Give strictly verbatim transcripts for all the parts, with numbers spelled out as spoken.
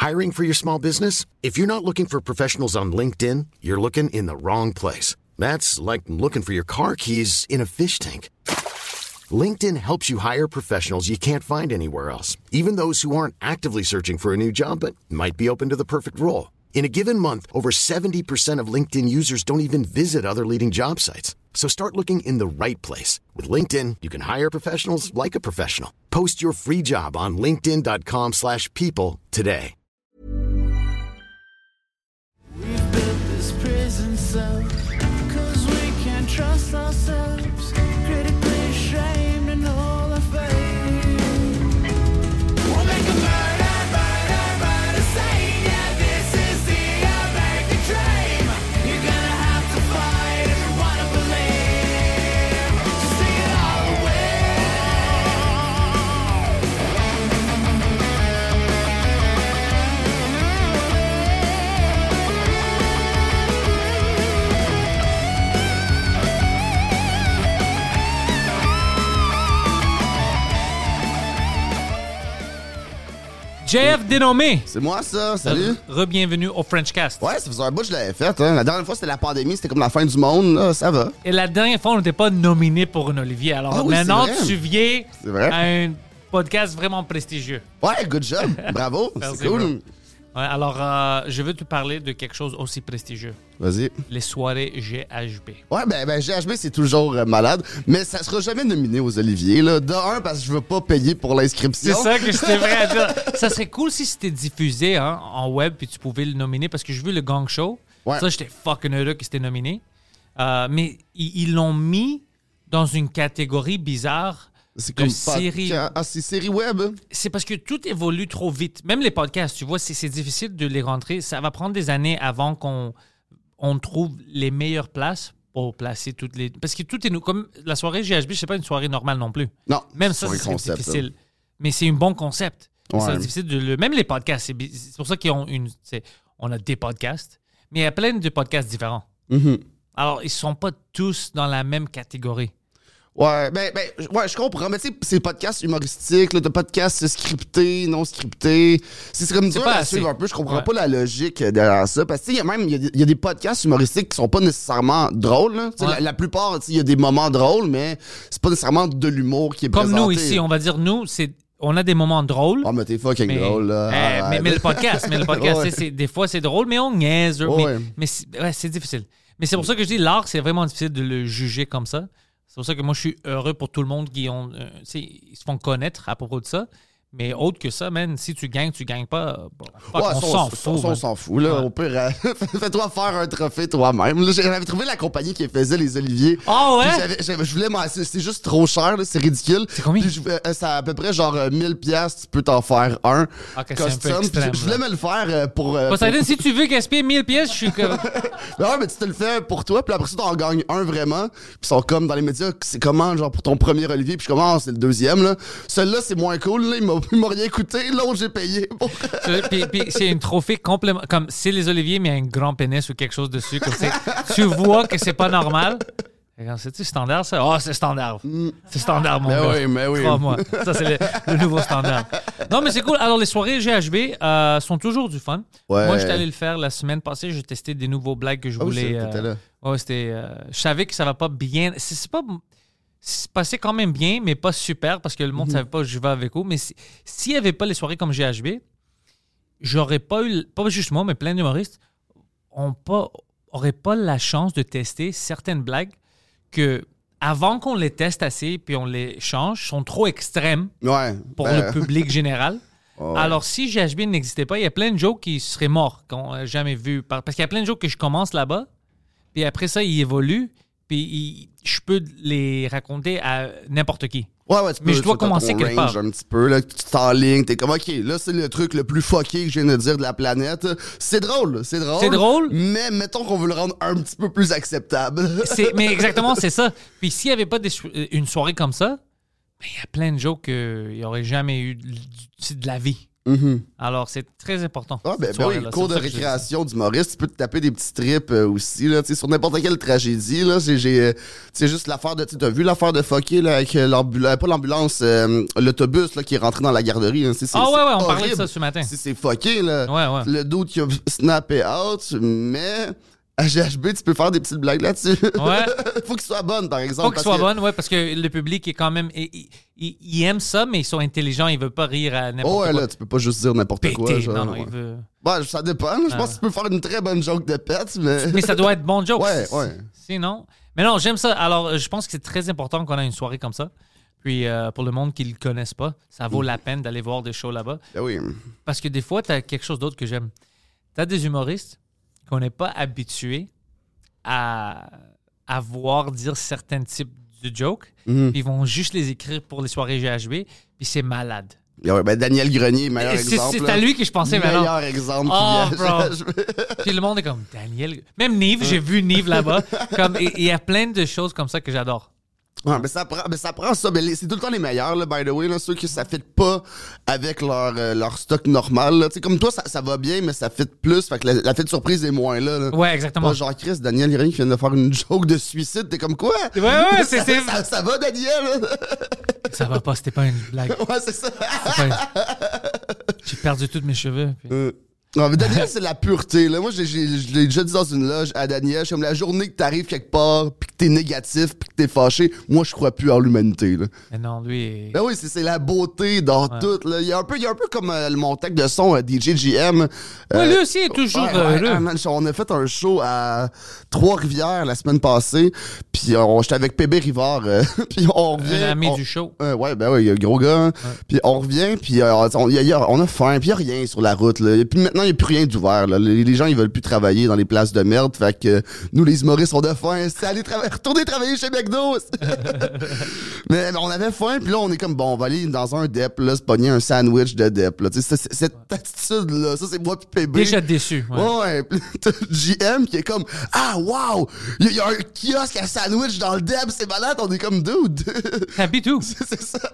Hiring for your small business? If you're not looking for professionals on LinkedIn, you're looking in the wrong place. That's like looking for your car keys in a fish tank. LinkedIn helps you hire professionals you can't find anywhere else, even those who aren't actively searching for a new job but might be open to the perfect role. In a given month, over seventy percent of LinkedIn users don't even visit other leading job sites. So start looking in the right place. With LinkedIn, you can hire professionals like a professional. Post your free job on linkedin.com slash people today. We've built this prison cell because we can't trust ourselves. Critically ashamed and all our faith. We'll make a murder, murder, murder scene. Yeah, this is the American dream. You're gonna have to fight if you wanna believe. To see it all the way. J F dénommé. C'est moi, ça. Salut. Re-bienvenue au Frenchcast. Ouais, ça faisait un bout que je l'avais fait. Hein. La dernière fois, c'était la pandémie. C'était comme la fin du monde. Là. Ça va. Et la dernière fois, on n'était pas nominé pour un Olivier. Alors Ah oui, maintenant, c'est vrai. tu viens C'est vrai. à un podcast vraiment prestigieux. Ouais, good job. Bravo. Merci, C'est cool. bro. Ouais, alors, euh, je veux te parler de quelque chose aussi prestigieux. Vas-y. Les soirées G H B. Ouais, ben, ben G H B, c'est toujours euh, malade. Mais ça sera jamais nominé aux Oliviers. Là. De un, parce que je veux pas payer pour l'inscription. C'est ça que j'étais prêt à dire. Ça serait cool si c'était diffusé hein, en web puis tu pouvais le nominer parce que j'ai vu le Gang Show. Ouais. Ça, j'étais fucking heureux que c'était nominé. Euh, mais ils ils l'ont mis dans une catégorie bizarre. C'est de comme série. podca- Ah, c'est série web. C'est parce que tout évolue trop vite. Même les podcasts, tu vois, c'est, c'est difficile de les rentrer. Ça va prendre des années avant qu'on on trouve les meilleures places pour placer toutes les... Parce que tout est... nou- Comme la soirée G H B, c'est pas une soirée normale non plus. Non. Même ça, c'est c'est un concept, difficile. Mais c'est un bon concept. Ouais. C'est difficile de le... Même les podcasts, c'est, bi- c'est pour ça qu'ils ont une... c'est- On a des podcasts, mais il y a plein de podcasts différents. Mhm. Alors, ils sont pas tous dans la même catégorie. Ouais, ben, ben, ouais, je comprends. Mais tu sais, c'est podcasts humoristiques, là, de podcasts scriptés, non scriptés. C'est c'est comme dur pas à assez. suivre un peu. Je comprends Ouais. pas la logique derrière ça. Parce que, tu sais, il y a même, il y a des- il y, a des podcasts humoristiques qui sont pas nécessairement drôles, là. Tu sais, Ouais. La, la plupart, tu sais, il y a des moments drôles, mais c'est pas nécessairement de l'humour qui est Comme présenté. nous ici, on va dire nous, c'est... On a des moments drôles. Oh, mais t'es fucking Mais, drôle, là. euh, Arrête. mais, mais le podcast, mais le podcast Ouais. tu sais, c'est, des fois, c'est drôle, mais on niaise. Ouais, mais ouais. mais c'est, ouais, c'est difficile. Mais c'est pour ça que je dis, l'art, c'est vraiment difficile de le juger comme ça. C'est pour ça que moi, je suis heureux pour tout le monde qui ont, euh, tu sais, ils se font connaître à propos de ça. Mais autre que ça, man, si tu gagnes, tu gagnes pas, euh, bon, fuck, Ouais, on ça, s'en ça, fout. ça, on man. s'en fout, là. Ouais. Au pire, euh, fais-toi faire un trophée toi-même. Là, j'avais trouvé la compagnie qui faisait les Oliviers. Ah ouais? Puis j'avais- j'avais- Je voulais m'en... C'est c'est juste trop cher, là. C'est ridicule. C'est combien? Puis je- euh, c'est à peu près genre euh, mille piastres, tu peux t'en faire un. Ok, c'est un peu costume. Puis extrême, je, je voulais là. me le faire euh, pour... euh, Poseidon, pour- si tu veux gaspiller mille pièces, je suis comme... Ben ouais, mais tu te le fais pour toi, puis après ça, t'en gagnes un vraiment. Puis ils sont comme dans les médias, c'est comment, genre, pour ton premier Olivier, puis je commence, c'est le deuxième, là. Celui-là, c'est moins cool, là. Il m'a, il m'a rien coûté. L'autre, j'ai payé. Pour... puis, puis c'est un trophée complément. Comme c'est les Oliviers, mais il y a un grand pénis ou quelque chose dessus. Comme c'est, tu vois que c'est pas normal. Regarde, c'est-tu standard, ça? Ah, oh, c'est standard. C'est standard, mon Mais gars. oui, mais oui. Crois-moi. Ça, c'est le, le nouveau standard. Non, mais c'est cool. Alors, les soirées G H B euh, sont toujours du fun. Ouais. Moi, j'étais allé le faire la semaine passée. J'ai testé des nouveaux blagues que je Ah oui, voulais. c'est- t'étais là. ouais, c'était. euh, je savais que ça va pas bien. C'est, c'est pas. C'est passé quand même bien, mais pas super parce que le monde ne savait pas que je vais avec eux. Mais si- s'il n'y avait pas les soirées comme G H B, j'aurais pas eu, pas juste moi, mais plein d'humoristes, ont pas, auraient pas la chance de tester certaines blagues que, avant qu'on les teste assez puis on les change, sont trop extrêmes Ouais. pour ben, le public général. ouais. Alors, si G H B n'existait pas, il y a plein de jokes qui seraient morts, qu'on n'a jamais vus. Par- Parce qu'il y a plein de jokes que je commence là-bas, puis après ça, ils évoluent, puis ils- je peux les raconter à n'importe qui. Ouais, ouais, tu Mais peux- je dois tu as commencer ton quelque range part. un petit peu, là, que tu t'enlignes, t'es comme, OK, là, c'est le truc le plus fucké que je viens de dire de la planète. C'est drôle, c'est drôle. C'est drôle. Mais mettons qu'on veut le rendre un petit peu plus acceptable. C'est, mais exactement, c'est ça. Puis s'il n'y avait pas des so- une soirée comme ça, ben, il y a plein de jokes qu'il n'y aurait jamais eu de, de- de la vie. Mm-hmm. Alors, c'est très important. Ah, ben, cette ben oui, soirée-là. cours C'est de pour ça que je dis. récréation d'humoriste, tu peux te taper des petits trips euh, aussi, là, tu sais, sur n'importe quelle tragédie, là, c'est, j'ai, euh, c'est juste l'affaire de, tu sais, t'as vu l'affaire de Foké, là, avec euh, l'ambulance, pas l'ambulance, euh, l'autobus, là, qui est rentré dans la garderie, hein, c'est, c'est, Ah ouais, c'est ouais, on parlait de horrible. ça ce matin. C'est, c'est Foké, là. Ouais, ouais. Le dude qui a snappé out, mais à G H B, tu peux faire des petites blagues là-dessus. Ouais. Faut qu'il soit bonne, par exemple. Faut qu'il parce soit que- bonne, ouais, parce que le public est quand même. Il, il, il- il aime ça, mais ils sont intelligents, ils veulent pas rire à n'importe Oh, ouais, quoi. là, tu peux pas juste dire n'importe Péter. quoi. Genre, non, non, ouais. il veut. Ouais, ça dépend, là. Je Ah. pense que tu peux faire une très bonne joke de pète, mais. Mais ça doit être bon joke. Ouais, ouais. Sinon. Mais non, j'aime ça. Alors, je pense que c'est très important qu'on ait une soirée comme ça. Puis, euh, pour le monde qui ne le connaisse pas, ça vaut la peine d'aller voir des shows là-bas. Ben oui. Parce que des fois, tu as quelque chose d'autre que j'aime. Tu as des humoristes qu'on n'est pas habitués à, à voir dire certains types de jokes. Mhm. Puis ils vont juste les écrire pour les soirées G H B. Puis c'est malade. Ben ouais, ben Daniel Grenier, meilleur Et c'est- exemple. c'est là. à lui que je pensais maintenant. Meilleur exemple. Oh, qui bro. vient- Puis le monde est comme Daniel. Même Nive, j'ai vu Nive là-bas. Comme, et- et il y a plein de choses comme ça que j'adore. Ouais, mais ça prend, mais ça prend ça. Mais les- c'est tout le temps les meilleurs, là, by the way, là, ceux que ça fit pas avec leur, euh, leur stock normal. Là. Tu sais, comme toi, ça, ça va bien, mais ça fit plus. Fait que la, la fit surprise est moins là. là. Ouais, exactement. Pas genre Chris, Daniel Grenier qui vient de faire une joke de suicide. T'es comme quoi? Ouais, ouais, c'est. c'est- Ça, ça va, Daniel? Ça va pas, c'était pas une blague. Ouais, c'est ça. C'est pas une- J'ai perdu tous mes cheveux. puis- Euh, Non, mais Daniel, c'est la pureté. Là. Moi, j'ai, j'ai, je l'ai déjà dit dans une loge à Daniel. Je suis comme la journée que t'arrives quelque part, puis que t'es négatif, puis que t'es fâché, moi, je crois plus en l'humanité. Là. Mais non, lui. Ben oui, c'est, c'est la beauté dans tout. Là. Il y a un peu, il y a un peu comme euh, mon tech de son, euh, D J G M. Euh, Ouais, lui aussi est toujours ouais, euh, ouais, heureux. ah, man, on a fait un show à Trois-Rivières la semaine passée, puis on, j'étais avec P B Rivard, euh, puis on revient. Un ami on- du show. euh, ouais, ben ouais, il y a un gros gars. Hein. Puis on revient, puis euh, on, y a- y a- on a faim, puis il n'y a rien sur la route. Là. Et puis maintenant, il n'y a plus rien d'ouvert. Là. Les, les gens, ils veulent plus travailler dans les places de merde. Fait que euh, nous, les humoristes, on a faim. C'est aller travailler, retourner travailler chez McDo. mais, mais on avait faim, puis là, on est comme, bon, on va aller dans un dep, là, se pogner un sandwich de dep. Là. Tu sais, c'est- c'est- cette attitude-là, ça, c'est moi puis P B. Déjà déçu. Ouais. Ouais, ouais. Puis t'as J M qui est comme ah wow, il y, y a un kiosque à sandwich dans le deb, c'est malade, on est comme dude. Happy too. C'est ça.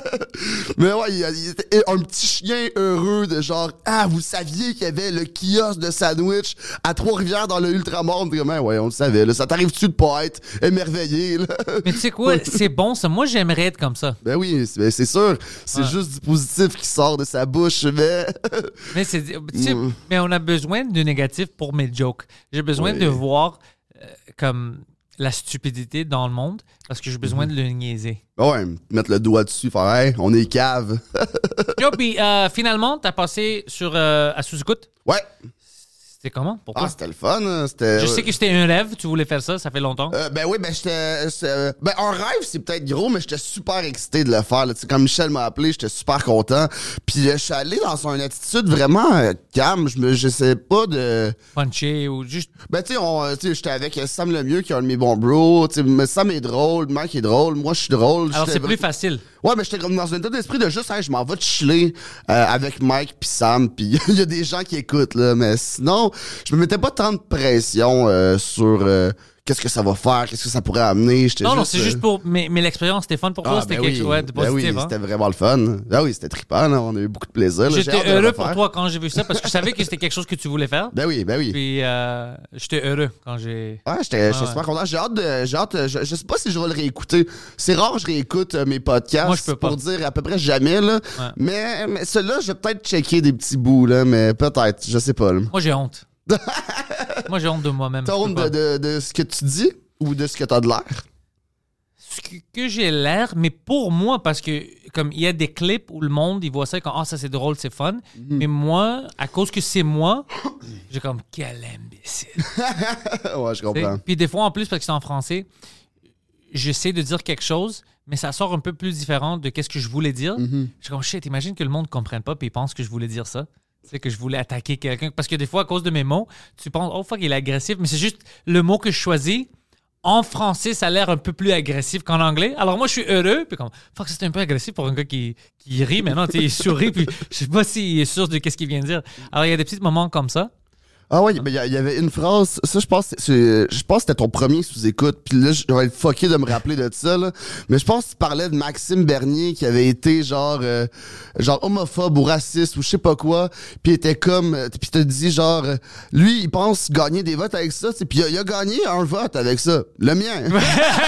Mais ouais, il, y a- il était un petit chien heureux de genre ah, vous saviez qu'il y avait le kiosque de sandwich à Trois-Rivières dans le Ultramar. Comme, ouais, on le savait. Là. Ça t'arrive-tu de pas être émerveillé? Là? Mais tu sais quoi, c'est bon ça. Moi, j'aimerais être comme ça. Ben oui, c'est, ben c'est sûr. C'est Ouais. juste du positif qui sort de sa bouche. Mais Mais, c'est, tu sais, Mm. mais on a besoin de négatif pour mes jokes. J'ai besoin Oui. de voir euh, comme la stupidité dans le monde parce que j'ai besoin Mm-hmm. de le niaiser. ouais, mettre le doigt dessus, faire hey, on est cave. Yo, puis euh, finalement, t'as passé sur, euh, à sous-écoute. Ouais. C'était comment? Pourquoi? Ah, c'était le fun. hein. C'était, Je sais que c'était un rêve, tu voulais faire ça, ça fait longtemps. Euh, ben oui, ben j'étais. c'est- Ben un rêve, c'est peut-être gros, mais j'étais super excité de le faire. Là. Tu sais, quand Michel m'a appelé, j'étais super content. Puis euh, je suis allé dans une attitude vraiment euh, calme. Je me, je sais pas de. Puncher ou juste. Ben tu sais, on, euh, tu sais, j'étais avec Sam Lemieux, qui est un de mes bons bros. Tu sais, mais Sam est drôle, Mike est drôle, moi je suis drôle. Alors J'étais c'est plus vra- facile. Ouais, mais j'étais comme dans un état d'esprit de juste, hey, je m'en vais te chiller euh, avec Mike puis Sam, puis il y a des gens qui écoutent, là. Mais sinon, je me mettais pas tant de pression euh, sur euh, qu'est-ce que ça va faire, qu'est-ce que ça pourrait amener. J'étais Non, non, juste, c'est euh, juste pour. Mais, mais l'expérience, c'était fun pour toi, Ah, c'était ben quelque oui, chose ouais, de ben positif. oui, hein? c'était vraiment le fun. Ah oui, c'était trippant, là. On a eu beaucoup de plaisir. là. J'ai J'étais hâte de le heureux pour refaire. toi quand j'ai vu ça parce que je savais que c'était quelque chose que tu voulais faire. Ben oui, ben oui. Puis euh, j'étais heureux quand j'ai. Ouais, j'étais j'étais ouais. super content. J'ai hâte de. J'ai hâte, je, je sais pas si je vais le réécouter. C'est rare que je réécoute euh, mes podcasts. Moi, je peux pas. Pour dire à peu près jamais, là. Ouais. Mais, mais celui-là, je vais peut-être checker des petits bouts, là. Mais peut-être, je sais pas, là. Moi, j'ai honte. Moi, j'ai honte de moi-même. T'as Je peux honte pas. de, de, de ce que tu dis ou de ce que t'as de l'air? Ce que, que j'ai l'air, mais pour moi, parce que comme il y a des clips où le monde, il voit ça comme « Ah, ça c'est drôle, c'est fun. Mais moi, à cause que c'est moi, j'ai comme « Quel imbécile! » Ouais, je comprends. Puis des fois, en plus, parce que c'est en français, j'essaie de dire quelque chose, mais ça sort un peu plus différent de qu'est-ce que je voulais dire. Mm-hmm. Je suis comme, shit, imagine que le monde ne comprenne pas puis il pense que je voulais dire ça. Tu sais, que je voulais attaquer quelqu'un. Parce que des fois, à cause de mes mots, tu penses, oh fuck, il est agressif, mais c'est juste le mot que je choisis. En français, ça a l'air un peu plus agressif qu'en anglais. Alors moi, je suis heureux, puis comme, fuck, c'est un peu agressif pour un gars qui, qui rit maintenant, tu sais, il sourit, puis je sais pas s'il est sûr de qu'est-ce qu'il vient de dire. Alors il y a des petits moments comme ça. Ah ouais, mais il y, y avait une phrase, ça je pense c'est, je pense que c'était ton premier sous-écoute, puis là je vais être fucké de me rappeler de ça là, mais je pense que tu parlais de Maxime Bernier qui avait été genre euh, genre homophobe ou raciste ou je sais pas quoi, puis il était comme euh, puis t'as dit genre euh, lui il pense gagner des votes avec ça, puis il a, il a gagné un vote avec ça, le mien.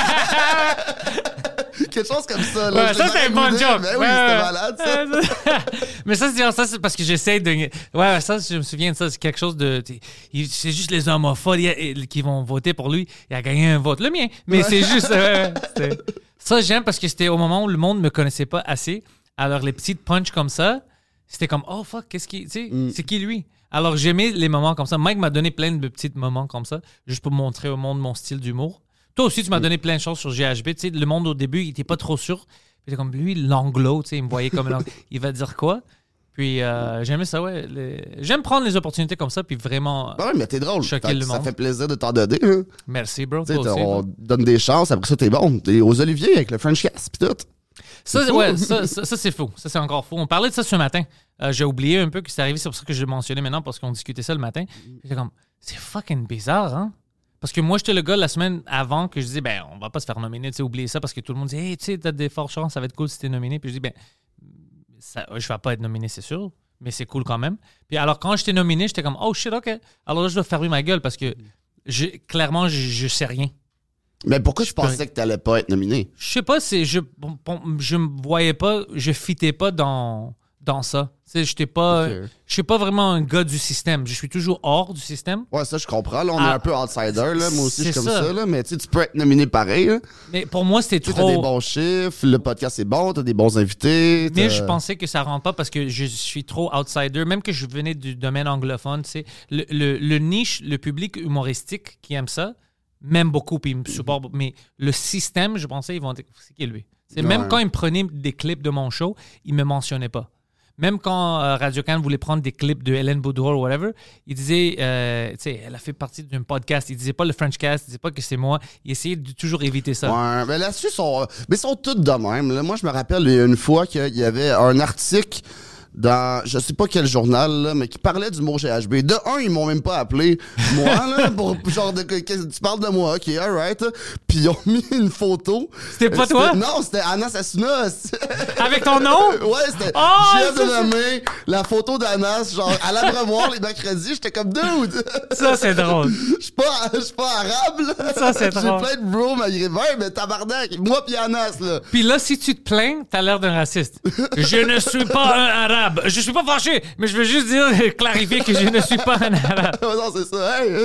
Quelque chose comme ça. Là. Ouais, ça, c'est un bon joke. Ben oui, ouais, c'était ouais. malade, ça. Mais ça, c'est, ça, c'est parce que j'essaie de... Ouais, ça, je me souviens de ça. C'est quelque chose de... C'est juste les homophobes qui vont voter pour lui. Il a gagné un vote. Le mien. Mais ouais. c'est juste... Ouais, c'est... Ça, j'aime parce que c'était au moment où le monde ne me connaissait pas assez. Alors, les petites punches comme ça, c'était comme, oh, fuck, qu'est-ce qui... Tu sais, mm. c'est qui lui? Alors, j'aimais les moments comme ça. Mike m'a donné plein de petits moments comme ça, juste pour montrer au monde mon style d'humour. Toi aussi, tu m'as donné plein de choses sur G H B. Tu sais, le monde, au début, il était pas trop sûr. Puis, comme lui, l'anglo, tu sais, il me voyait comme l'anglo. Il va dire quoi? Puis, euh, j'aimais ça, ouais. Les... J'aime prendre les opportunités comme ça, puis vraiment. Ben ouais, mais t'es drôle. Choquer fait, le ça monde. fait plaisir de t'en donner. Hein. Merci, bro. Tu sais, aussi, on bro. donne des chances, après ça, t'es bon. T'es aux Oliviers avec le French Cast, pis tout. Ça, c'est ouais, ça, ça, ça, c'est faux. Ça, c'est encore faux. On parlait de ça ce matin. Euh, j'ai oublié un peu que c'est arrivé, c'est pour ça que je l'ai mentionné maintenant, parce qu'on discutait ça le matin. J'étais comme, c'est fucking bizarre, hein? Parce que moi, j'étais le gars la semaine avant que je disais, ben, on va pas se faire nominer, tu sais, oublier ça, parce que tout le monde dit, hey, tu sais, t'as des fortes chances, ça va être cool si t'es nominé. Puis je dis, ben, ça, je vais pas être nominé, c'est sûr, mais c'est cool quand même. Puis alors, quand j'étais nominé, j'étais comme, oh shit, OK. Alors là, je dois fermer ma gueule parce que je, clairement, je, je sais rien. Mais pourquoi je, je pensais peux... que t'allais pas être nominé? Je sais pas, c'est, je, je me voyais pas, je fitais pas dans, dans ça. Tu sais, j'étais pas, okay. Je suis pas vraiment un gars du système. Je suis toujours hors du système. Ouais, ça, je comprends. Là, on ah, est un peu outsider. Là. Moi aussi, je suis comme ça. ça. Là. Mais tu peux être nominé pareil. Là. Mais pour moi, c'était tu trop... T'as des bons chiffres, le podcast est bon, t'as des bons invités. Mais je pensais que ça rentre pas parce que je suis trop outsider. Même que je venais du domaine anglophone, tu sais. Le, le, le niche, le public humoristique qui aime ça, m'aime beaucoup puis il me supporte. Mm-hmm. Mais le système, je pensais, ils vont dire, c'est qui lui? C'est ouais. Même quand ils me prenaient des clips de mon show, ils me mentionnaient pas. Même quand euh, Radio-Can voulait prendre des clips de Hélène Boudreau ou whatever, il disait, euh, tu sais, elle a fait partie d'un podcast. Il disait pas le French Cast, il disait pas que c'est moi. Il essayait de toujours éviter ça. Ouais, mais là-dessus, ils sont, mais ils sont tous de même. Là. Moi, je me rappelle une fois qu'il y avait un article dans, je sais pas quel journal, là, mais qui parlait du mot G H B. De un, ils m'ont même pas appelé, moi, là, pour genre, de, tu parles de moi, ok, alright. Puis ils ont mis une photo. C'était pas c'était, toi? Non, c'était Anna Sassuna. Avec ton nom? Ouais, c'était, oh, j'ai nommé la photo d'Anas, genre, à l'abreuvoir les mercredis, j'étais comme dude. Ça, c'est drôle. Je suis pas, pas arabe, là. Ça, c'est drôle. J'ai plein de bros maghrébins, mais tabarnak, moi pis Anas, là. Puis là, si tu te plains, t'as l'air d'un raciste. Je ne suis pas un arabe. Je suis pas fâché, mais je veux juste dire, clarifier que je ne suis pas un arabe. Non, c'est ça. Hey.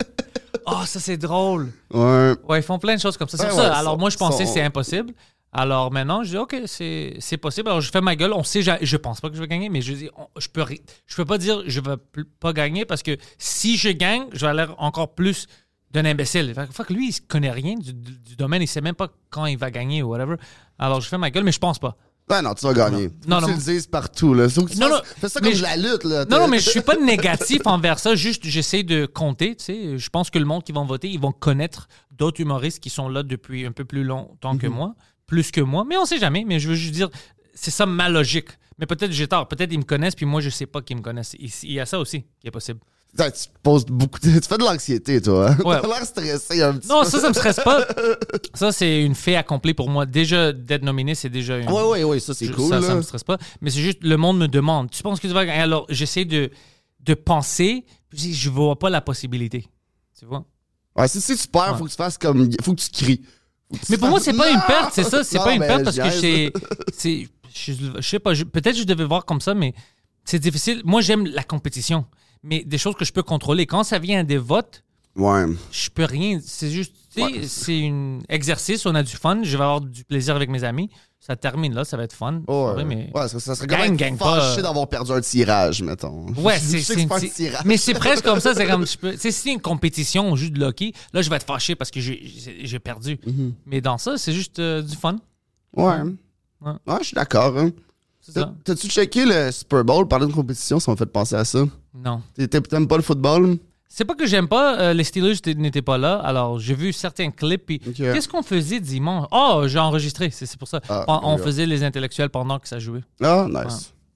Oh, ça, c'est drôle. Ouais. Ouais, ils font plein de choses comme ça. C'est ouais, pour ça. Ouais, Alors, sont, moi, je pensais sont... que c'est impossible. Alors, maintenant, je dis, OK, c'est, c'est possible. Alors, je fais ma gueule. On sait, je, je pense pas que je vais gagner, mais je dis, on, je peux je peux pas dire je vais pas gagner parce que si je gagne, je vais avoir l'air encore plus d'un imbécile. Fait, fait que lui, il connaît rien du, du domaine. Il sait même pas quand il va gagner ou whatever. Alors, je fais ma gueule, mais je pense pas. Ben non, tu vas gagner. Non, Faut non. que tu le dises partout, là. Faut que tu non, fasses, non, fais ça comme je, de la lutte, là. Non, non, mais je suis pas négatif envers ça. Juste, j'essaie de compter, tu sais. Je pense que le monde qui va voter, ils vont connaître d'autres humoristes qui sont là depuis un peu plus longtemps mm-hmm. que moi. Plus que moi. Mais on sait jamais. Mais je veux juste dire, c'est ça ma logique. Mais peut-être j'ai tort. Peut-être ils me connaissent, puis moi, je sais pas qu'ils me connaissent. Il y a ça aussi qui est possible. Tu poses beaucoup de... Tu fais de l'anxiété, toi. Hein? Ouais. T'as l'air stressé un petit non, peu. ça, ça me stresse pas. Ça, c'est une fait accomplie pour moi. Déjà, d'être nominé, c'est déjà une... Oui, oui, oui, ça, c'est je, cool. Ça, là. ça me stresse pas. Mais c'est juste, le monde me demande, tu penses que tu vas gagner? Alors, j'essaie de, de penser, puis je vois pas la possibilité. Tu vois? Ouais, si, si tu perds, ouais. Faut que tu fasses comme... Faut que tu cries. Que tu mais pour fasses... moi, c'est pas non! une perte, c'est ça. C'est non, pas une perte parce je que c'est... c'est je, je sais pas, je, peut-être que je devais voir comme ça, mais c'est difficile. Moi, j'aime la compétition. Mais des choses que je peux contrôler. Quand ça vient des votes, ouais. Je peux rien. C'est juste, tu sais, ouais. C'est un exercice, on a du fun. Je vais avoir du plaisir avec mes amis. Ça termine là, ça va être fun. Oh, vrai, ouais, mais ouais, ça, ça serait gang, quand même gang fâché pas... d'avoir perdu un tirage, mettons. Ouais, je c'est, sais c'est, que une c'est t... pas un tirage. Mais c'est presque comme ça. C'est comme, je peux... Tu sais, si c'est une compétition, on joue de hockey, là, je vais être fâché parce que j'ai, j'ai, j'ai perdu. Mm-hmm. Mais dans ça, c'est juste euh, du fun. Ouais. Ouais, ouais. ouais je suis d'accord. Hein. Ça. T'as-tu checké le Super Bowl? Parler de compétition, ça m'a fait penser à ça. Non. T'aimes pas le football? C'est pas que j'aime pas. Euh, les Steelers n'étaient pas là. Alors, j'ai vu certains clips. Puis, okay. Qu'est-ce qu'on faisait dimanche? Oh, j'ai enregistré. C'est, c'est pour ça. Ah, on, on faisait les intellectuels pendant que ça jouait. Ah, nice.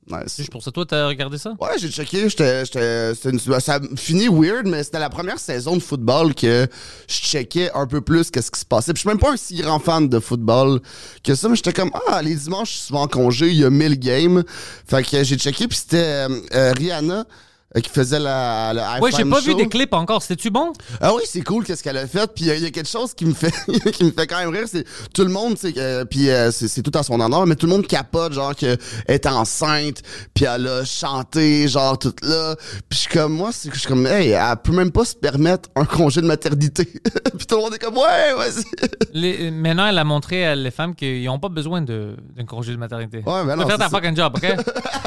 Nice. Juste pour ça. Toi, t'as regardé ça? Ouais, j'ai checké. J'étais, j'étais, c'était une- ça finit weird, mais c'était la première saison de football que je checkais un peu plus qu'est-ce qui se passait. Puis je suis même pas un si grand fan de football que ça, mais j'étais comme, ah, les dimanches, je suis souvent en congé, il y a mille games. Fait que j'ai checké, puis c'était euh, euh, Rihanna euh, qui faisait la, le halftime Ouais, j'ai pas show. vu des clips encore. C'était-tu bon? Ah oui, c'est cool qu'est-ce qu'elle a fait. Puis il y, y a quelque chose qui me fait qui me fait quand même rire, c'est tout le monde, c'est euh, puis euh, c'est, c'est tout à son honneur, mais tout le monde capote genre que elle est enceinte, puis elle a chanté genre toute là. Puis je suis comme moi, c'est que je suis comme hey, elle peut même pas se permettre un congé de maternité. Puis tout le monde est comme ouais, vas-y. Les, maintenant, elle a montré à les femmes qu'ils n'ont pas besoin de, d'un congé de maternité. Ouais, ben Tu non, vas faire c'est ta ça. fucking job, OK?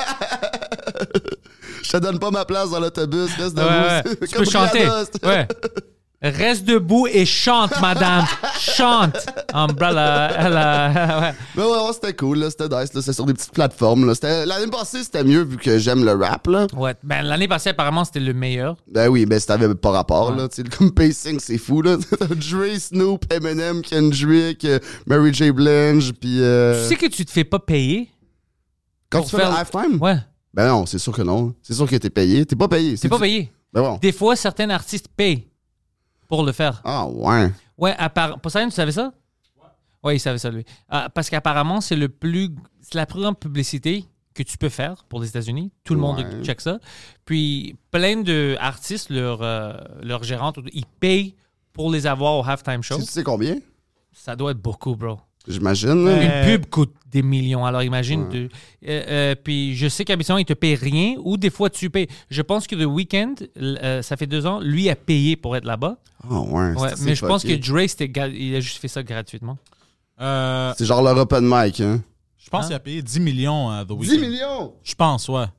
Je te donne pas ma place dans l'autobus, reste Ouais, debout. ouais. C'est Tu comme peux chanter. Rihanna, c'est- Ouais. Reste debout et chante, madame. Chante. Umbrella. Elle a, ouais. Mais ouais, ouais, c'était cool, là, c'était nice, là, c'est sur des petites plateformes. Là. C'était, l'année passée, c'était mieux vu que j'aime le rap. Là. Ouais. Ben, l'année passée, apparemment, c'était le meilleur. Ben oui, ben c'était pas rapport, Ouais. là. Tu sais, comme pacing, c'est fou, là. Dre, Snoop, Eminem, Kendrick, euh, Mary J. Blige, puis... Euh... Tu sais que tu te fais pas payer? Quand pour tu fais faire- le halftime? Ouais. Ben non, c'est sûr que non. C'est sûr que t'es payé. T'es pas payé. C'est pas payé. Ben bon. Des fois, certains artistes payent pour le faire. Ah, ouais. Ouais, appar- Poseidon, tu savais ça? Ouais, il savait ça, lui. Ah, parce qu'apparemment, c'est le plus, c'est la plus grande publicité que tu peux faire pour les États-Unis. Tout le monde Ouais. check ça. Puis, plein d'artistes, leur, euh, leur gérante, ils payent pour les avoir au halftime show. Tu sais combien? Ça doit être beaucoup, bro. J'imagine, là. Une pub coûte des millions. Alors, imagine. de- euh, euh, puis, je sais qu'habituellement, ils te payent rien ou des fois, tu payes. Je pense que The Weeknd, euh, ça fait deux ans, lui a payé pour être là-bas. Ah, ouais. Ouais, c'est- mais c'est je pense que fucké. Dre, c'était ga- il a juste fait ça gratuitement. Euh, C'est genre leur open mic, hein. je pense Hein? qu'il a payé dix millions à The Weeknd. dix millions! Je pense, ouais.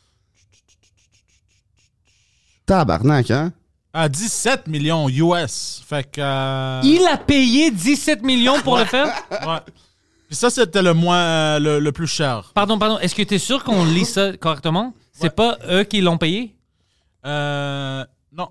Tabarnak, hein? À dix-sept millions U S. Fait que. euh, Il a payé dix-sept millions pour le faire? Ouais. Puis ça, c'était le moins, euh, le, le plus cher. Pardon, pardon. Est-ce que tu es sûr qu'on lit ça correctement? C'est Ouais. pas eux qui l'ont payé? Euh, non.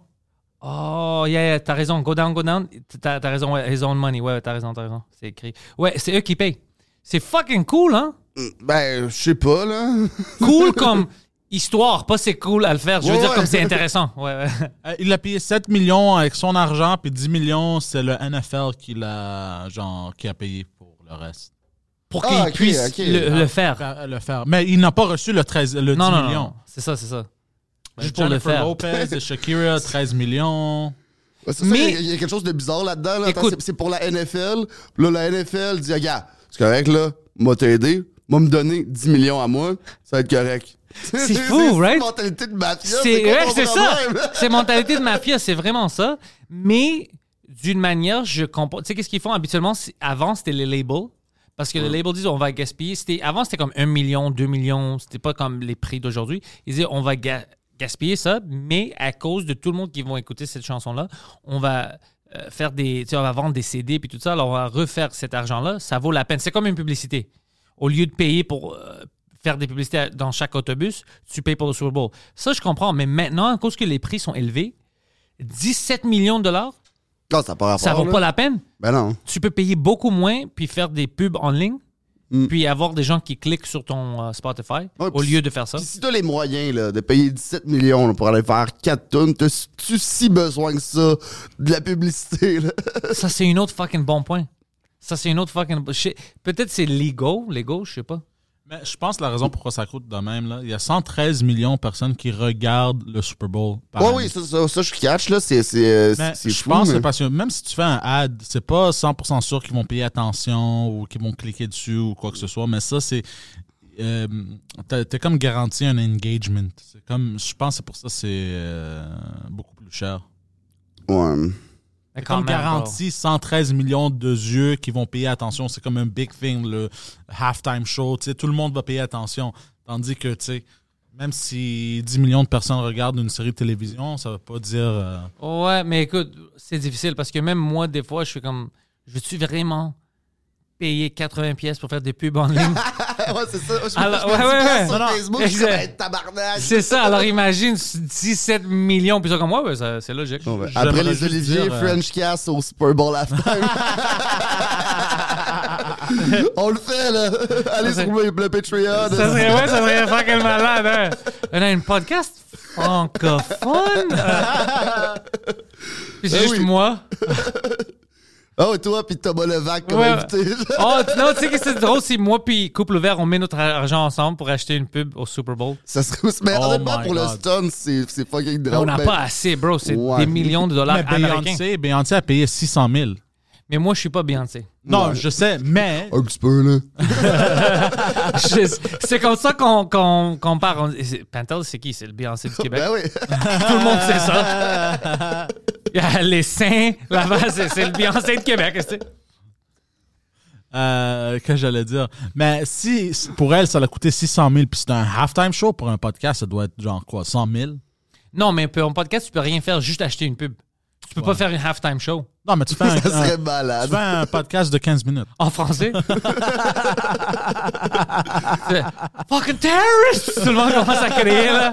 Oh, yeah, yeah, t'as raison. Go down, go down. T'as, t'as raison, ouais. His own money. Ouais, t'as raison, t'as raison. C'est écrit. Ouais, c'est eux qui payent. C'est fucking cool, hein? Ben, je sais pas, là. Cool comme histoire, pas c'est cool à le faire. Je veux Ouais, dire ouais. comme c'est intéressant. Ouais, ouais. Euh, il a payé sept millions avec son argent, puis dix millions, c'est le N F L qui l'a, genre, qui a payé pour le reste. Pour Ah, qu'ils ok, puissent ok. le, le faire. Faire- le faire. Mais il n'a pas reçu le, treize, le Non, dix non, non, millions. non. C'est ça, c'est ça. Euh, Juste pour le Jennifer faire. Lopez et Shakira, treize millions. Ouais, c'est Mais- ça, il y a- il y, a quelque chose de bizarre là-dedans. Là. Attends, Écoute. c'est, c'est pour la N F L. Puis là, la N F L dit, regarde, c'est correct, là, moi t'aider, moi me donner dix millions à moi, ça va être correct. C'est fou, right? C'est une mentalité de mafia. C'est, quoi ouais, ton c'est ça. problème? C'est mentalité de mafia, c'est vraiment ça. Mais d'une manière, je comprends. Tu sais, qu'est-ce qu'ils font habituellement? C'est- Avant, c'était les labels. Parce que les labels disent on va gaspiller. C'était, avant, c'était comme un million, deux millions. C'était pas comme les prix d'aujourd'hui. Ils disaient on va ga- gaspiller ça, mais à cause de tout le monde qui vont écouter cette chanson-là, on va euh, faire des. Tu sais, on va vendre des C D puis tout ça. Alors, on va refaire cet argent-là. Ça vaut la peine. C'est comme une publicité. Au lieu de payer pour. euh, faire des publicités dans chaque autobus, tu payes pour le Super Bowl. Ça, je comprends. Mais maintenant, à cause que les prix sont élevés, dix-sept millions de dollars, Non, ça n'a pas rapport. ça vaut là. pas la peine. Ben non. Tu peux payer beaucoup moins puis faire des pubs en ligne Mm. puis avoir des gens qui cliquent sur ton euh, Spotify Ouais, au puis- lieu de faire ça. Puis si t'as les moyens là, de payer dix-sept millions là, pour aller faire quatre tonnes, t'as-tu si besoin que ça de la publicité? Là? Ça, c'est une autre fucking bon point. Ça, c'est une autre fucking... je sais- Peut-être c'est Lego, Lego, je sais pas. Mais je pense que la raison pourquoi ça coûte de même, là, il y a cent treize millions de personnes qui regardent le Super Bowl par Ouais, année. oui, ça, ça, ça, je catch, là, c'est, c'est, euh, Mais c'est je fou. pense que mais- c'est parce que même si tu fais un ad, c'est pas cent pour cent sûr qu'ils vont payer attention ou qu'ils vont cliquer dessus ou quoi que ce soit, mais ça, c'est... Euh, t'as, t'as comme garanti un engagement. C'est comme, je pense que c'est pour ça que c'est euh, beaucoup plus cher. Ouais. Mais C'est comme quand même, garanti cent treize millions de yeux qui vont payer attention. C'est comme un big thing, le halftime show. Tu sais, tout le monde va payer attention. Tandis que, tu sais, même si dix millions de personnes regardent une série de télévision, ça veut pas dire... euh, bro. Ouais, mais écoute, c'est difficile parce que même moi, des fois, je suis comme... Je veux-tu vraiment payer quatre-vingts pièces pour faire des pubs en ligne? ouais, c'est ça. Je, Alors, je me ouais, dis ouais, pas ouais. sur Non, non, Facebook, je suis comme, exact. hey, tabarnak. C'est ça. Alors imagine dix-sept millions. Puis ça, comme, ouais, ouais, ça- c'est logique. Ouais, ouais. J'aimerais Après les juste Olivier, dire, euh, French Cast au Super Bowl halftime. On le fait, là. Allez Ça sur le, le Patreon. Ça serait, ouais, ça serait fucking malade, hein. On a une podcast francophone. Puis c'est Ben juste oui. moi. Oh, toi, puis Thomas Levac comme Ouais. invité. Oh, tu- non, tu sais que c'est drôle, c'est moi puis Couple Ouvert, on met notre argent ensemble pour acheter une pub au Super Bowl. Ça serait aussi. Mais Oh honnêtement, my pour le God. stun, c'est c'est fucking Mais drôle. on n'a Ben, pas assez, bro. C'est Ouais. des millions de dollars Mais américains. Beyoncé, Beyoncé a payé six cent mille. Mais moi, je suis pas Beyoncé. Non, Ouais. je sais, mais... Un petit peu, là. Je- c'est comme ça qu'on qu'on qu'on parle. On- c'est- Pantel, c'est qui? C'est le Beyoncé du Québec. Ben oui. Tout le monde sait ça. Il y a les seins là-bas, c'est c'est le Beyoncé de Québec. tu sais. Euh, que j'allais dire. Mais si, si pour elle, ça l'a coûté six cent mille, puis c'est un halftime show pour un podcast, ça doit être genre quoi, cent mille? Non, mais pour un podcast, tu peux rien faire, juste acheter une pub. Tu peux pas faire une halftime show. Non, mais tu fais un, Ça serait un- malade. tu fais un podcast de quinze minutes. En français. C'est, fucking terrorists! Tout le monde commence à crier, là.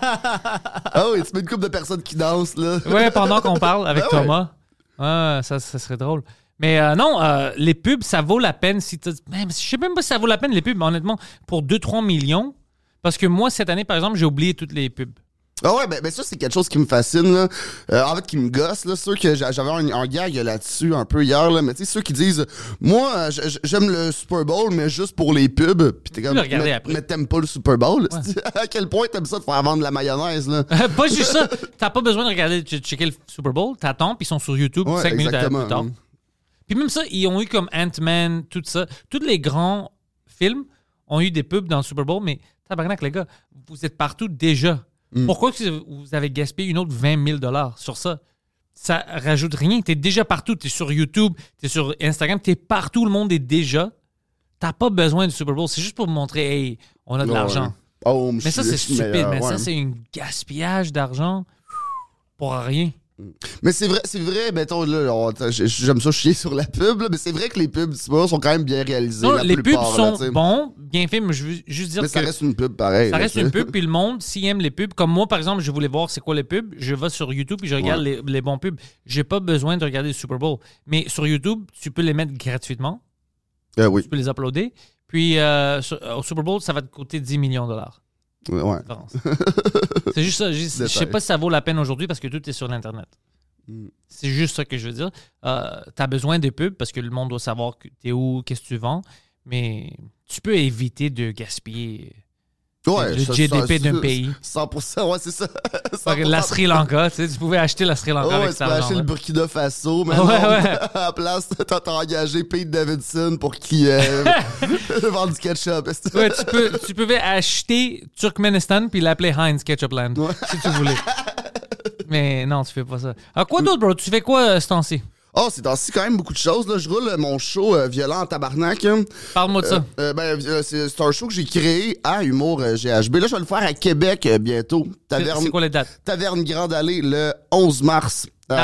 Ah oui, tu mets une couple de personnes qui dansent, là. Ouais, pendant qu'on parle avec Ben ouais. Thomas. Ah, ça, ça serait drôle. Mais euh, non, euh, les pubs, ça vaut la peine si tu. Je sais même pas si ça vaut la peine, les pubs, honnêtement, pour deux trois millions. Parce que moi, cette année, par exemple, j'ai oublié toutes les pubs. Ah ouais, ben, ben ça, c'est quelque chose qui me fascine, là. Euh, en fait, qui me gosse, là. Sûr que j'a- j'avais un, un gag là-dessus un peu hier, là. Mais tu sais, ceux qui disent, moi, euh, j- j- j'aime le Super Bowl, mais juste pour les pubs. Puis t'es comme, le regarder mais, après. mais t'aimes pas le Super Bowl? À quel point t'aimes ça de faire vendre de la mayonnaise, là? Pas juste ça. T'as pas besoin de regarder, de checker le Super Bowl. T'attends, puis ils sont sur YouTube Ouais, cinq minutes à- exactement. plus tard. Puis même ça, ils ont eu comme Ant-Man, tout ça. Tous les grands films ont eu des pubs dans le Super Bowl, mais tabarnak, les gars, vous êtes partout déjà. Mm. Pourquoi que vous avez gaspillé une autre vingt mille dollars sur ça? Ça rajoute rien. T'es déjà partout. T'es sur YouTube, t'es sur Instagram, t'es partout. Le monde est déjà. T'as pas besoin du Super Bowl. C'est juste pour montrer, hey, on a de Ouais. l'argent. Oh, Mais ça, je c'est suis stupide. meilleur, mais ouais. ça, c'est un gaspillage d'argent pour rien. Mais c'est vrai, c'est vrai, mettons, là, on- j- j'aime ça chier sur la pub, là, mais c'est vrai que les pubs, tu vois, sont quand même bien réalisées. Non, la les pubs plupart, sont là, tu sais. bons, bien faits, mais je veux juste dire Mais que ça reste une pub pareil. ça là, reste tu sais. une pub, puis le monde, s'il aime les pubs, comme moi, par exemple, je voulais voir c'est quoi les pubs, je vais sur YouTube puis je regarde les, les bons pubs. J'ai pas besoin de regarder le Super Bowl. Mais sur YouTube, tu peux les mettre gratuitement, Euh, oui, tu peux les uploader, puis euh, sur- au Super Bowl, ça va te coûter dix millions de dollars. ouais. différence. C'est juste ça. Je je sais Détail. pas si ça vaut la peine aujourd'hui parce que tout est sur l'Internet. Mm. C'est juste ça que je veux dire. Euh, tu as besoin des pubs parce que le monde doit savoir que t'es où, qu'est-ce que tu vends, mais tu peux éviter de gaspiller Ouais, le ça- G D P ça- d'un pays. cent pour cent, ouais, c'est ça. Fait que La Sri Lanka, tu sais, tu pouvais acheter la Sri Lanka Oh, avec ouais, tu cet peux acheter argent. le Burkina Faso, mais Ouais, non, ouais. à la place, t'as t'as engagé Pete Davidson pour qu'il euh, vende du ketchup. Ouais, tu, peux, tu pouvais acheter Turkménistan puis l'appeler Heinz Ketchupland Ouais. si tu voulais. Mais non, tu fais pas ça. Alors, quoi d'autre, bro? Tu fais quoi euh, ce temps-ci? Oh, c'est aussi quand même beaucoup de choses. Là. Je roule euh, mon show euh, Violent en tabarnak. hein. Parle-moi de ça. Euh, ben, euh, c'est c'est un show que j'ai créé à Humour euh, G H B. Là, je vais le faire à Québec euh, bientôt. C'est Taverne, c'est quoi les dates? Taverne Grande Allée le onze mars.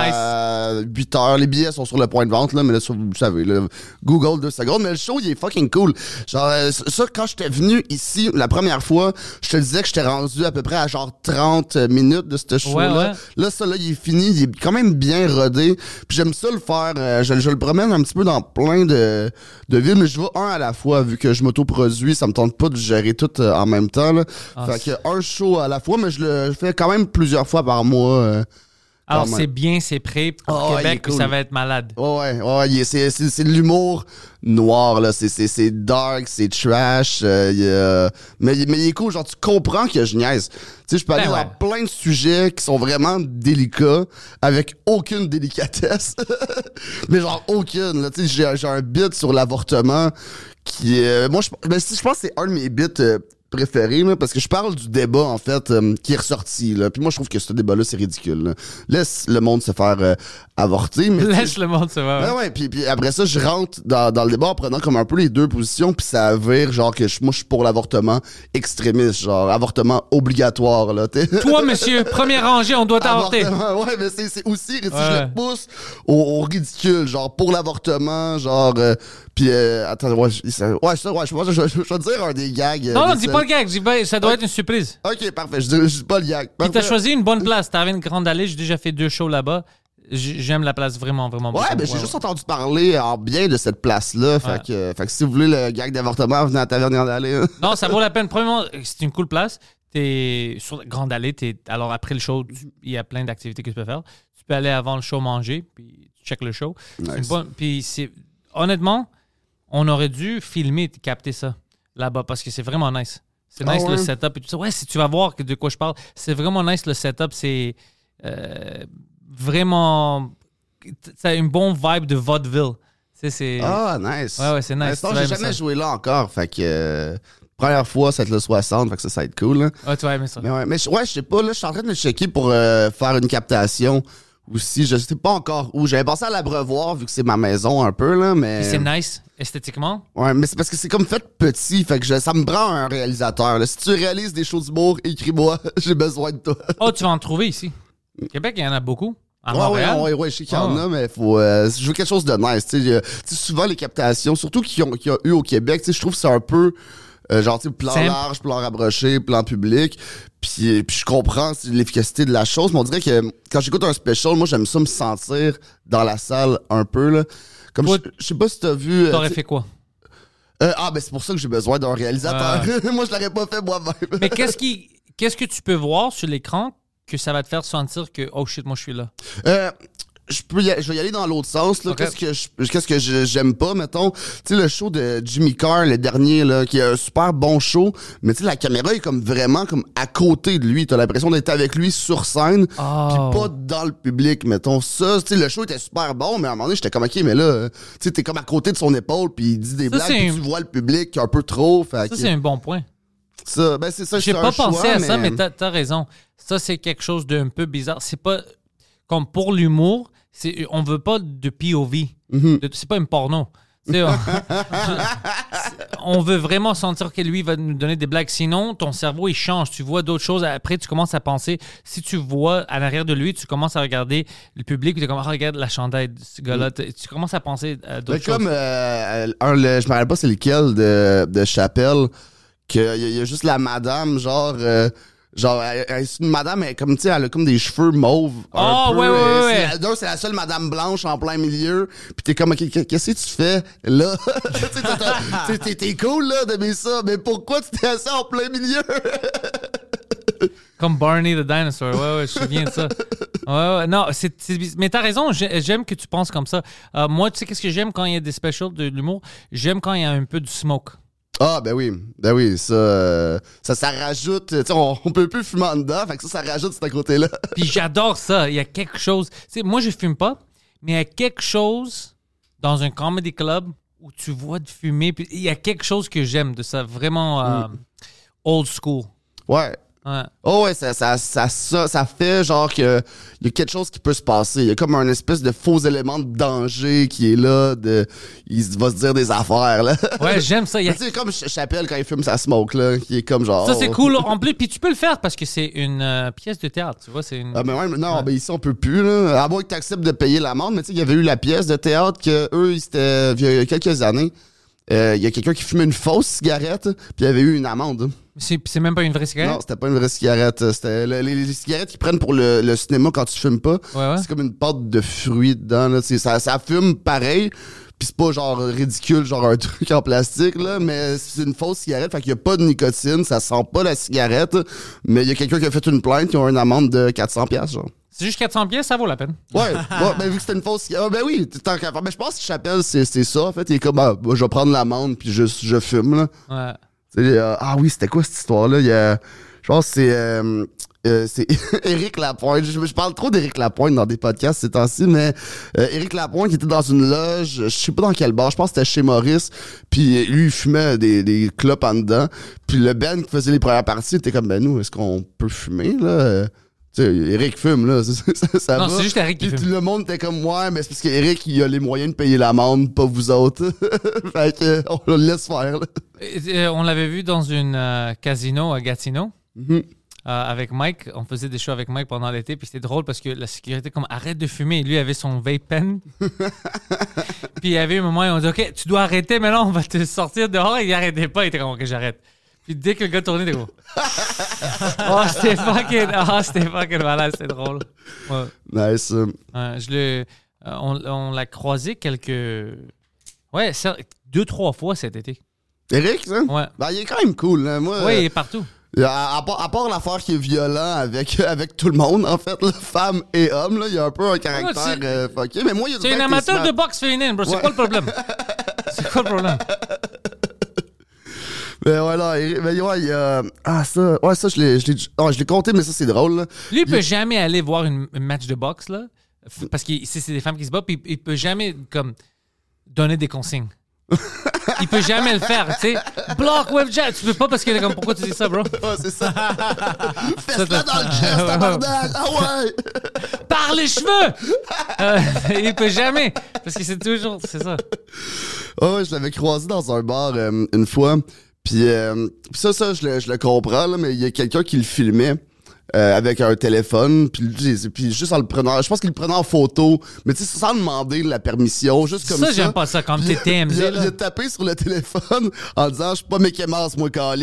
À huit heures. Les billets sont sur le point de vente, là, mais là, ça, vous savez, là, Google deux secondes. Mais le show, il est fucking cool. Genre, euh, ça, quand j'étais venu ici la première fois, je te disais que j'étais rendu à peu près à genre trente minutes de ce show-là. Ouais, ouais. Là, ça, là, il est fini. Il est quand même bien rodé. Puis j'aime ça le faire. euh, je, je le promène un petit peu dans plein de, de villes, mais je vais un à la fois, vu que je m'auto-produis. Ça me tente pas de gérer tout euh, en même temps, là. Ah, fait que un show à la fois, mais je le fais quand même plusieurs fois par mois. euh, Alors, quand même. c'est bien, c'est prêt pour Oh, il est Québec, puis cool. ça va être malade. Ouais, ouais, ouais, il est- c'est, c'est, c'est de l'humour noir, là. C'est, c'est, c'est dark, c'est trash. euh, il y a- mais, mais il est cool, genre, tu comprends que je niaise. Tu sais, je peux aller Ben dans ouais. plein de sujets qui sont vraiment délicats, avec aucune délicatesse. mais genre, aucune, là. Tu sais, j'ai, j'ai un bit sur l'avortement qui est. Moi, je, ben, si, je pense que c'est un de mes bits. euh, préféré, là, parce que je parle du débat, en fait, euh, qui est ressorti. Là. Puis moi, je trouve que ce débat-là, c'est ridicule. Là. Laisse le monde se faire euh, avorter. Mais Laisse le monde se voir. ben ouais, puis, puis après ça, je rentre dans, dans le débat en prenant comme un peu les deux positions, puis ça vire genre que je, moi, je suis pour l'avortement extrémiste, genre avortement obligatoire, là, t'es. Toi, monsieur, première rangée, on doit t'avorter. Avortement, ouais, mais c'est, c'est aussi, si Ouais. je le pousse au, au ridicule, genre pour l'avortement, genre, euh, puis euh, attends, ouais, je- ça, ouais, ça, ouais, je pense que je, je, je vais te dire un des gags. euh, Non, non, des dis seuls- pas le gag. dis pas- Ça doit Ok. être une surprise. Ok, parfait, je dis, je dis pas le gag. Puis t'as Parfait. choisi une bonne place. T'avais une grande allée. J'ai déjà fait deux shows là-bas. j- j'aime la place vraiment, vraiment beaucoup. Ouais, ben j'ai Ouais, juste ouais. entendu parler en bien de cette place-là. Fait, Ouais. que, euh, fait que si vous voulez le gag d'avortement, venez à la taverne Grande Allée. hein. Non, ça vaut la peine. Premièrement, c'est une cool place. T'es sur la Grande Allée. T'es... Alors, après le show, tu- il y a plein d'activités que tu peux faire. Tu peux aller avant le show manger, puis tu check le show. C'est une Nice. bonne... Puis, c'est... honnêtement, on aurait dû filmer et capter ça là-bas parce que c'est vraiment nice. C'est Ah nice ouais? le setup et tout ça. Ouais, si tu vas voir de quoi je parle, c'est vraiment nice le setup. C'est euh, vraiment. Ça a une bonne vibe de vaudeville. Tu sais, c'est. Ah, nice. Ouais, ouais, c'est nice. Sinon, Tu vas j'ai aimer jamais ça. joué là encore. Fait que. euh, première fois, ça va être le soixante. Fait que ça, ça va être cool. hein. Ouais, tu vas aimer ça. Mais ouais, mais je- ouais, je sais pas. Là, je suis en train de checker pour euh, faire une captation. Aussi, je sais pas encore où. J'avais pensé à l'Abreuvoir, vu que c'est ma maison un peu, là. Mais. Puis c'est nice esthétiquement. Ouais, mais c'est parce que c'est comme fait petit. Fait que je- ça me prend un réalisateur. là. Si tu réalises des choses d'humour, écris-moi. J'ai besoin de toi. Oh, tu vas en trouver ici. Au Québec, il y en a beaucoup. À Ouais, Montréal. ouais, ouais, ouais, je sais qu'il y en Ah. a, mais faut, euh, je veux quelque chose de nice. Tu sais, euh, tu sais, souvent, les captations, surtout qu'il y, a- qu'il y a eu au Québec, tu sais, je trouve que c'est un peu. Euh, genre, tu sais, plan Simple. large, plan rapproché, plan public. Puis, euh, puis je comprends c'est l'efficacité de la chose, mais on dirait que quand j'écoute un special, moi, j'aime ça me sentir dans la salle un peu, là. Comme Toi, je, je sais pas si t'as vu. euh, T'aurais tu sais- fait quoi? euh, ah, ben c'est pour ça que j'ai besoin d'un réalisateur. moi, je l'aurais pas fait moi-même. Mais qu'est-ce qui, qu'est-ce que tu peux voir sur l'écran que ça va te faire sentir que oh shit, moi je suis là. Euh, je peux y a- je vais y aller dans l'autre sens là. Ok. Qu'est-ce que je- qu'est-ce que je- j'aime pas, mettons. Tu sais, le show de Jimmy Carr, le dernier là, qui est un super bon show, mais tu sais, la caméra est comme vraiment comme à côté de lui. T'as l'impression d'être avec lui sur scène, Oh. puis pas dans le public, mettons. Ça, tu sais, le show était super bon, mais à un moment donné, j'étais comme ok, mais là, euh, tu sais, t'es comme à côté de son épaule, puis il dit des Ça, blagues, c'est puis un- tu vois le public un peu trop. Fait Ça, que- c'est un bon point. ça, ben c'est ça. J'ai c'est pas un pensé choix, à ça, mais t'as, t'as raison. Ça, c'est quelque chose d'un peu bizarre. C'est pas. Comme pour l'humour, c'est, on veut pas de P O V. Mhm. De- c'est pas une porno. Tu sais, on, on veut vraiment sentir que lui va nous donner des blagues. Sinon, ton cerveau, il change. Tu vois d'autres choses. Après, tu commences à penser. Si tu vois à l'arrière de lui, tu commences à regarder le public. Tu es comme, ah, regarde la chandail de ce gars-là. Tu tu commences à penser à d'autres Mais choses. comme euh, un, le- je me rappelle pas c'est lequel de, de Chappelle, qu'il y, a- il y a juste la madame, genre, euh, genre, elle- elle- c'est une madame, elle, comme, tu sais, elle a comme des cheveux mauves. un Ah, peu, ouais, ouais, euh, ouais, c'est ouais. la- d'un, c'est la seule madame blanche en plein milieu. Puis t'es comme, ok, qu'est-ce que tu fais là? Tu sais, t'as- t'as- t'es- t'es t'es cool là d'aimer ça, mais pourquoi tu t'es assis en plein milieu? Comme Barney the Dinosaur. Ouais, ouais, je me souviens de ça. Ouais, ouais. Non, c'est, c'est biz- mais t'as raison, j'ai- j'aime que tu penses comme ça. Euh, moi, tu sais, qu'est-ce que j'aime quand il y a des specials de l'humour? J'aime quand il y a un peu du smoke. Ah, ben oui, ben oui, ça, euh, ça, ça rajoute, tu sais, on, on peut plus fumer en dedans, fait que ça, ça rajoute ce côté-là. Puis j'adore ça. Il y a quelque chose. Tu sais, moi, je fume pas, mais il y a quelque chose dans un comedy club où tu vois de fumer. Puis il y a quelque chose que j'aime de ça. Vraiment euh, old school. Ouais. Ouais. Oh ouais, ça, ça, ça, ça, ça fait genre que il y a quelque chose qui peut se passer. Il y a comme un espèce de faux élément de danger qui est là. De, il va se dire des affaires, là. Ouais, j'aime ça. Il y a- Tu sais, comme Ch- Chappelle quand il fume sa smoke, là, qui est comme genre... Ça, c'est oh. cool. En plus, puis tu peux le faire parce que c'est une euh, pièce de théâtre. Tu vois, c'est une. Ah, mais ouais, non, Ouais. ben ici, on peut plus, là. À moins que tu acceptes de payer l'amende, mais tu sais, il y avait eu la pièce de théâtre que eux, ils s'étaient... Il y a quelques années, euh, il y a quelqu'un qui fumait une fausse cigarette, puis il y avait eu une amende. C'est, c'est même pas une vraie cigarette? Non, c'était pas une vraie cigarette. C'était le- les, les cigarettes qu'ils prennent pour le, le cinéma quand tu fumes pas. Ouais, ouais. C'est comme une pâte de fruits dedans. Là. C'est- Ça, ça fume pareil. Puis c'est pas genre ridicule, genre un truc en plastique, là, mais c'est une fausse cigarette. Fait qu'il y a pas de nicotine, ça sent pas la cigarette. Mais il y a quelqu'un qui a fait une plainte, qui a une amende de quatre cents piastres, genre. C'est juste quatre cents pièces, ça vaut la peine. Ouais, ouais, ben vu que c'était une fausse cigarette. Ben oui, tant qu'à faire. Mais je pense que Chappelle, c'est c'est ça. En fait, il est comme, ah, bah, je vais prendre l'amende, puis je, je fume, là. Ouais. Tu sais, euh, ah oui, c'était quoi cette histoire-là? Il y a, je pense que c'est euh, euh, c'est Éric Lapointe. Je, je parle trop d'Éric Lapointe dans des podcasts ces temps-ci, mais euh, Éric Lapointe qui était dans une loge, je sais pas dans quel bar, je pense que c'était chez Maurice, puis lui, il fumait des, des clopes en dedans, puis le Ben qui faisait les premières parties était comme, ben nous, est-ce qu'on peut fumer, là? Euh, Tu sais, Eric fume, là. Ça, ça, ça Non, va. c'est juste Eric qui Puis fume. le monde était comme, ouais, mais c'est parce qu'Eric, il a les moyens de payer l'amende, pas vous autres. Fait que, on le laisse faire, là. Euh, euh, on l'avait vu dans une euh, casino à Gatineau. Mhm. Euh, avec Mike, on faisait des shows avec Mike pendant l'été, puis c'était drôle parce que la sécurité comme arrête de fumer, et lui avait son vape pen. Puis il y avait un moment où on dit ok, tu dois arrêter, mais là on va te sortir dehors, et il arrêtait pas, il était comme ok, j'arrête. Puis dès que le gars tournait, t'es gros. Oh, c'était fucking, oh, c'était fucking malade, c'était drôle. Ouais. Nice. euh. Ouais, je le, euh, on, on l'a croisé quelques... Ouais, ça, deux, trois fois cet été. Eric, ça? Ouais. Ben, il est quand même cool. Hein. Moi, Oui, il euh, est partout. à, à part, à part l'affaire qui est violent avec, avec tout le monde, en fait, là, femmes et hommes, là, il y a un peu un caractère Ouais, c'est- euh, fucké. Mais moi, il y a C'est du un temps que amateur t'es de boxe féminine, bro. C'est Ouais. quoi le problème? C'est quoi le problème? Mais voilà, Eric- mais ouais, il y a. Ah, ça. Ouais, ça, je l'ai, je l'ai, ah, je l'ai compté, mais ça, c'est drôle, là. Lui, il peut jamais aller voir une, un match de boxe, là, f- parce que c'est c'est des femmes qui se battent, puis il peut jamais, comme, donner des consignes. Il peut jamais le faire, tu sais. Block, web jab. Tu peux pas parce que, comme, pourquoi tu dis ça, bro? Ouais, c'est ça. Ça, Fais-le dans le chest, tabarnak! Ah ouais! Par les cheveux! Euh, il peut jamais. Parce que c'est toujours, c'est ça. Ah ouais, je l'avais croisé dans un bar euh, une fois. Puis euh, puis ça, ça, je le, je le comprends, là, mais il y a quelqu'un qui le filmait. Euh, avec un téléphone, puis, lui, puis juste en le prenant, je pense qu'il le prenait en photo, mais tu sais, sans demander la permission, juste comme ça. Ça, j'aime pas ça, comme Puis t'es il a- T M Z, il a, là. il a tapé sur le téléphone en disant « Je suis pas Mickey Mouse, moi, calice. »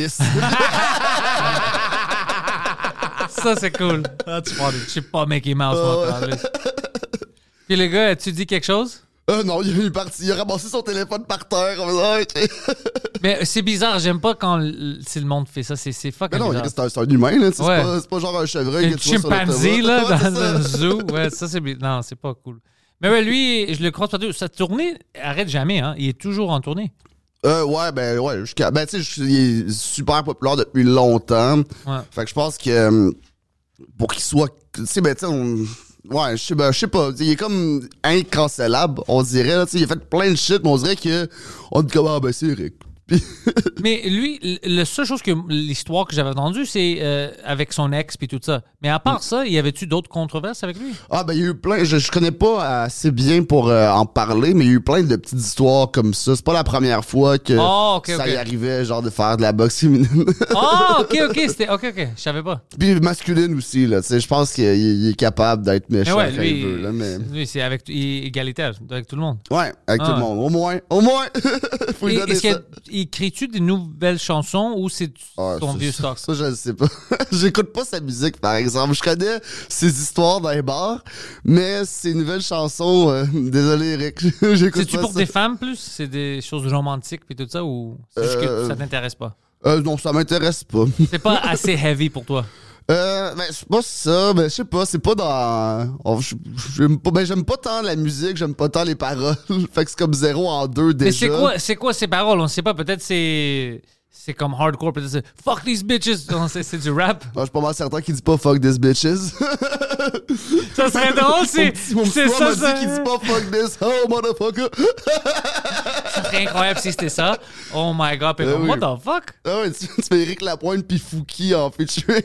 Ça, c'est cool. Ah, tu parles. Je sais pas, Mickey Mouse, mon Ah ouais. câlisse. Puis le gars, as-tu dit quelque chose? Euh, non, il est parti, il a ramassé son téléphone par terre. En faisant, Ok. Mais c'est bizarre, j'aime pas quand l- si le monde fait ça. C'est, c'est Mais fucking non, bizarre. c'est un, c'est un humain, là. tu sais, Ouais. C'est, pas, c'est pas genre un chevreuil Un que tu vois sur chimpanzé, l'autoroute. là, Ouais, c'est dans ça. un zoo. Ouais, ça, c'est... bi- Non, c'est pas cool. Mais ouais, lui, je le croise partout. Sa tournée arrête jamais, hein. Il est toujours en tournée. Euh, ouais, ben, ouais, jusqu'à. Ben, tu sais, il est super populaire depuis longtemps. Ouais. Fait que je pense que euh, pour qu'il soit. Tu sais, ben, tu sais, on. Ouais, je sais ben, je sais pas. Il est comme incancellable, on dirait. Là, tu sais, il a fait plein de shit, mais on dirait que. On dit comme, ah, ben, c'est Eric. Puis. Mais lui, l- la seule chose que l'histoire que j'avais entendue, c'est euh, avec son ex puis tout ça. Mais à part ça, y avait-tu d'autres controverses avec lui? Ah, ben, il y a eu plein. Je, je connais pas assez bien pour euh, en parler, mais il y a eu plein de petites histoires comme ça. C'est pas la première fois que Oh, ok, ça ok. y arrivait, genre, de faire de la boxe féminine. Ah, ok, ok, c'était. Ok, ok, je savais pas. Puis masculine aussi, là. Tu sais, je pense qu'il il est capable d'être Mais méchant ouais, quand lui, il veut, là. Mais. lui c'est avec il est égalitaire, avec tout le monde. Ouais, avec Ah. tout le monde. Au moins, au moins. Faut lui Et, donner est-ce ça. qu'il écris-tu des nouvelles chansons ou c'est Ah, ton ça, vieux ça, stock? Ça, je ne sais pas. J'écoute pas sa musique, par exemple. Je connais ses histoires dans les bars, mais ses nouvelles chansons, euh, désolé, Eric, j'écoute C'est-tu pas pour ça. des femmes plus? C'est des choses romantiques puis tout ça ou c'est juste que Euh, ça t'intéresse pas? Euh, non, ça m'intéresse pas. C'est pas assez heavy pour toi? Euh, ben, c'est pas ça, ben, je sais pas, c'est pas dans. oh, je- j'aime pas, ben, j'aime pas tant la musique, j'aime pas tant les paroles. Fait que c'est comme zéro en deux déjà. Mais c'est quoi, c'est quoi ces paroles? On sait pas, peut-être c'est. C'est comme hardcore, peut-être c'est fuck these bitches. Non, c'est, c'est du rap. Ah, je suis pas mal certain qu'il dit pas fuck this bitches. Ça serait drôle, c'est. Mon petit- mon petit c'est doigt ça, m'a ça. dit qu'il dit pas fuck this, oh motherfucker. Ça serait incroyable si c'était ça. Oh my god, puis Euh, comme, oui. what the fuck? Ah ouais, tu, tu fais Eric Lapointe pis Fouki en featuring.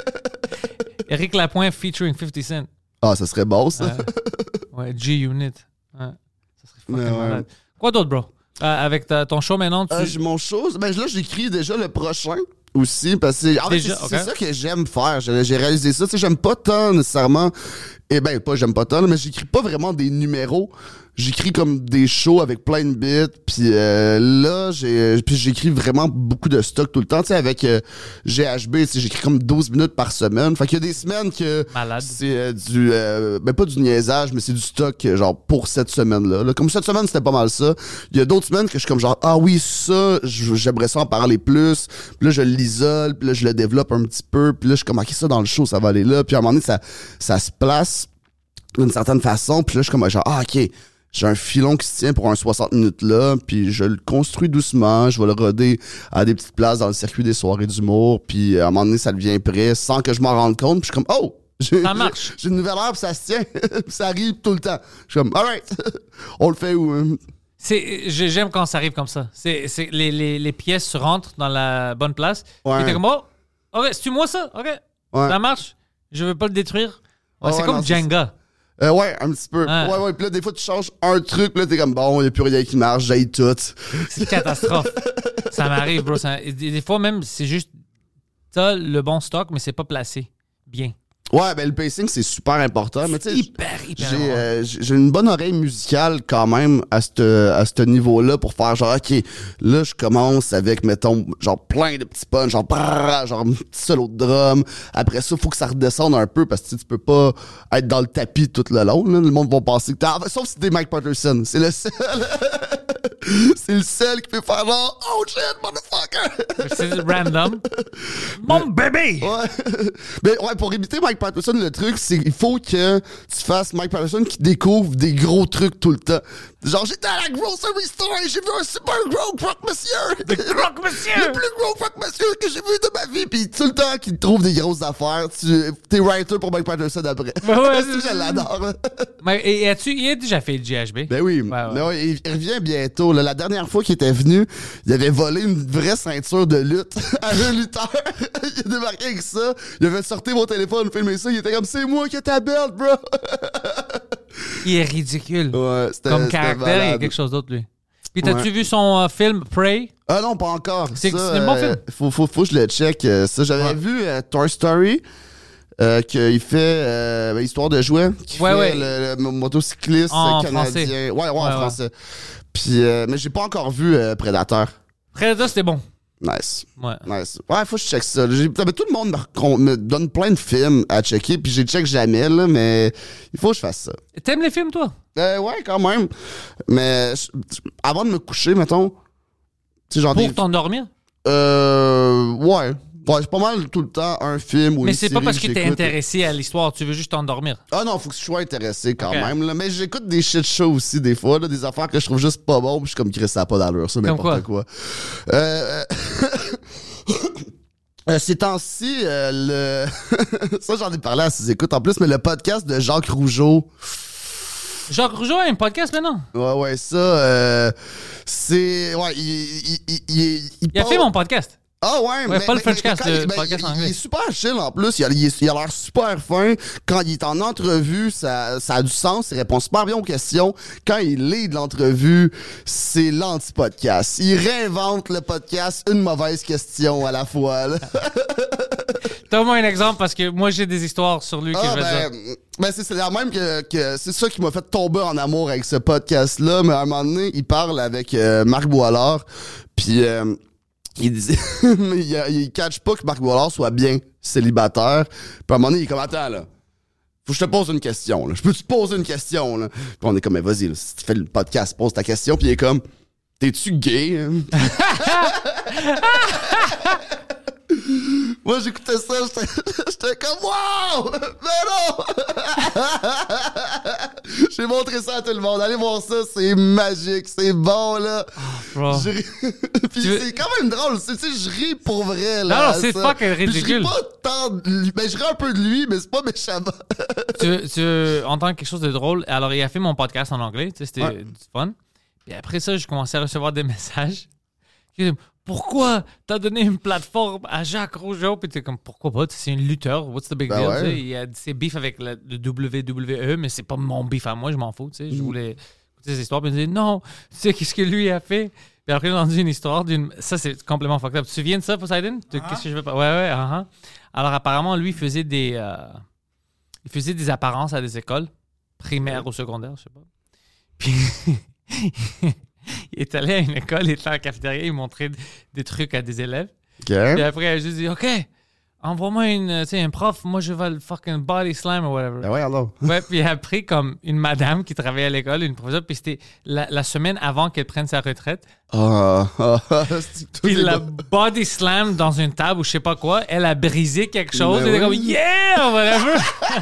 Eric Lapointe featuring fifty Cent. Ah, ça serait bon, ça. Ouais, G-Unit. Ouais. Ça serait fucking Ouais, ouais. malade. Quoi d'autre, bro? Euh, avec ta- ton show maintenant, tu. Euh, j'ai mon chose. Ben là, j'écris déjà le prochain aussi. Parce que en fait, Déjà, c'est, ok. c'est ça que j'aime faire. J'ai, j'ai réalisé ça. Tu sais, j'aime pas tant nécessairement. Eh ben, pas j'aime pas tant, là, mais j'écris pas vraiment des numéros. J'écris comme des shows avec plein de bits. Puis euh, là, j'ai, puis j'écris vraiment beaucoup de stock tout le temps. Tu sais, avec euh, G H B, tu sais, j'écris comme douze minutes par semaine. Fait qu'il y a des semaines que Malade. c'est euh, du... euh, ben pas du niaisage, mais c'est du stock euh, genre pour cette semaine-là. Là. Comme cette semaine, c'était pas mal ça. Il y a d'autres semaines que je suis comme genre, ah oui, ça, j- j'aimerais ça en parler plus. Puis là, je l'isole, puis là, je le développe un petit peu. Puis là, je suis comme, ok, ça dans le show, ça va aller là. Puis à un moment donné, ça, ça se place d'une certaine façon. Puis là, je suis comme genre, ah ok, j'ai un filon qui se tient pour un soixante minutes là, puis je le construis doucement, je vais le roder à des petites places dans le circuit des soirées d'humour, puis à un moment donné, ça devient prêt sans que je m'en rende compte, puis je suis comme, oh! J'ai, Ça marche. J'ai, j'ai une nouvelle heure, puis ça se tient, puis ça arrive tout le temps. Je suis comme, alright, on le fait où? hein? C'est, j'ai- j'aime quand ça arrive comme ça. C'est, c'est, les, les, les pièces rentrent dans la bonne place. Ouais. Et t'es comme, oh, ok, c'est-tu moi ça? Ok, Ouais. ça marche. Je veux pas le détruire. Ouais, Ah c'est ouais, comme non, c'est Jenga. Euh, ouais, un petit peu. Ouais. Ouais, ouais, puis là, des fois, tu changes un truc, puis là, t'es comme, bon, il n'y a plus rien qui marche, j'aille tout. C'est une catastrophe. Ça m'arrive, bro. Ça- des, des fois même, c'est juste, t'as le bon stock, mais c'est pas placé bien. Ouais, ben le pacing, c'est super important. Mais tu sais, Hyper, hyper j'ai, important. euh, j'ai une bonne oreille musicale quand même à ce à ce niveau-là pour faire genre, OK, là, je commence avec, mettons, genre plein de petits punch, genre, brrr, genre un petit solo de drum. Après ça, il faut que ça redescende un peu parce que tu sais, tu peux pas être dans le tapis tout le long. Là. Le monde va penser que t'as... Sauf si t'es Mike Patterson. C'est le seul... c'est le seul qui peut faire genre, oh shit, motherfucker! C'est random. Mon bébé! Ouais. Mais ouais, pour imiter Mike Patterson, le truc, c'est qu'il faut que tu fasses Mike Patterson qui découvre des gros trucs tout le temps. Genre, j'étais à la grocery store et j'ai vu un super gros croque-monsieur! Le croque-monsieur! Le plus gros croque-monsieur que j'ai vu de ma vie! Pis tout le temps qu'il trouve des grosses affaires, tu, t'es writer pour Mike Patterson après. Ben ouais, c'est c'est- je l'adore. Mais et as-tu, il a déjà fait le G H B? Ben oui, Ouais, ouais. mais ouais, il, il revient bientôt. Là. La dernière fois qu'il était venu, il avait volé une vraie ceinture de lutte à un lutteur. Il a débarqué avec ça. Il avait sorti mon téléphone, filmé ça. Il était comme, c'est moi qui ai ta belt, bro. Il est ridicule. Ouais, c'était Comme c'était caractère, il y a malade. quelque chose d'autre, lui. Puis t'as-tu Ouais. vu son euh, film Prey? Ah non, pas encore. C'est- Ça, c'est un bon euh, film. Faut, faut, faut que je le check. Euh, Ça, j'avais Ouais. vu euh, Toy Story. Euh, qu'il fait euh, Histoire de jouets, qui Ouais, fait ouais. le, le motocycliste En canadien. français. Ouais, ouais, en Ouais, ouais. français. Puis, euh, mais j'ai pas encore vu euh, Predator. Predator, c'était bon. Nice. Ouais. Nice. Ouais, faut que je check ça. J'ai- mais tout le monde me, recon- me donne plein de films à checker, puis je les check jamais, là, mais il faut que je fasse ça. T'aimes les films, toi? Euh, ouais, quand même. Mais je- avant de me coucher, mettons, tu sais, genre Pour des... t'endormir? Euh, ouais. Ouais, c'est pas mal tout le temps un film ou Mais une c'est pas série parce que t'es j'écoute. intéressé à l'histoire, tu veux juste t'endormir. Ah non, faut que je sois intéressé quand Ok. même. Là. Mais j'écoute des shit shows aussi, des fois, là, des affaires que je trouve juste pas bon, puis je suis comme Chris, ça a pas d'allure, ça, Comme n'importe quoi. Euh... euh, ces temps-ci, euh, le... ça, j'en ai parlé à ses écoutes en plus, mais le podcast de Jacques Rougeau. Jacques Rougeau a un podcast maintenant. Ouais, ouais, ça, euh, c'est... Ouais, il... Il, il, il, il, Il a parle- fait mon podcast. Ah ouais, Ouais, mais, pas le mais- Frenchcast, mais quand le il- ben, podcast il, anglais. il est super chill en plus. Il a il est- il a l'air super fin. Quand il est en entrevue, ça, ça a du sens. Il répond super bien aux questions. Quand il lit de l'entrevue, c'est l'anti-podcast. Il réinvente le podcast une mauvaise question à la fois. Là. Donne-moi un exemple parce que moi j'ai des histoires sur lui que Ah, je vais ben, dire. ben c'est c'est la même que, que c'est ça qui m'a fait tomber en amour avec ce podcast-là. Mais à un moment donné, il parle avec euh, Marc Boilard. Puis euh, il disait, il, il catch pas que Marc Boilard soit bien célibataire. Puis à un moment donné, il est comme, attends là, faut que je te pose une question. Là. Je peux te poser une question. Là? Puis on est comme, mais vas-y, là, si tu fais le podcast, pose ta question. Puis il est comme, t'es-tu gay? Hein? Moi, j'écoutais ça, j'étais, j'étais comme, wow! Mais non! J'ai montré ça à tout le monde. Allez voir ça, c'est magique, c'est bon, là. Bro. Je ris- Puis Tu veux- c'est quand même drôle, tu sais, je ris pour vrai, là. Non, non, à c'est ça. fucking Puis ridicule. Je ris pas tant de lui. Ben, je ris un peu de lui, mais c'est pas méchamment. tu, veux- tu veux entendre quelque chose de drôle? Alors, il a fait mon podcast en anglais, tu sais, c'était Ouais. du fun. Puis après ça, je commençais à recevoir des messages. Je dis, pourquoi t'as donné une plateforme à Jacques Rougeau? Puis t'es comme, pourquoi pas? C'est un lutteur. What's the big Ben deal? ouais. Tu sais, il a ses beef avec le, le W W E, mais c'est pas mon beef à moi, je m'en fous. Tu sais. Mm. Je voulais écouter ces histoires. Puis il me dit, non, tu sais, qu'est-ce que lui a fait? Puis après, j'ai entendu une histoire d'une. Ça, c'est complètement fucked up. Tu te souviens de ça, Poseidon? De Qu'est-ce que je veux pas? Ouais, ouais, uh-huh. Alors, apparemment, lui, il faisait des. euh, Il faisait des apparences à des écoles, primaires ou secondaires, je sais pas. Puis. Il est allé à une école, il était en cafétéria, il montrait des trucs à des élèves. OK. Puis après, il a juste dit, OK, envoie-moi une, tu sais, un prof, moi je vais le fucking body slam ou whatever. Ben ouais, alors. Ouais, puis après, comme une madame qui travaillait à l'école, une professeure, puis c'était la, la semaine avant qu'elle prenne sa retraite. Ah, ah, ah, c'est tout Puis est la bon. body slam dans une table ou je sais pas quoi, elle a brisé quelque chose. Ben Elle était oui. comme, yeah, whatever.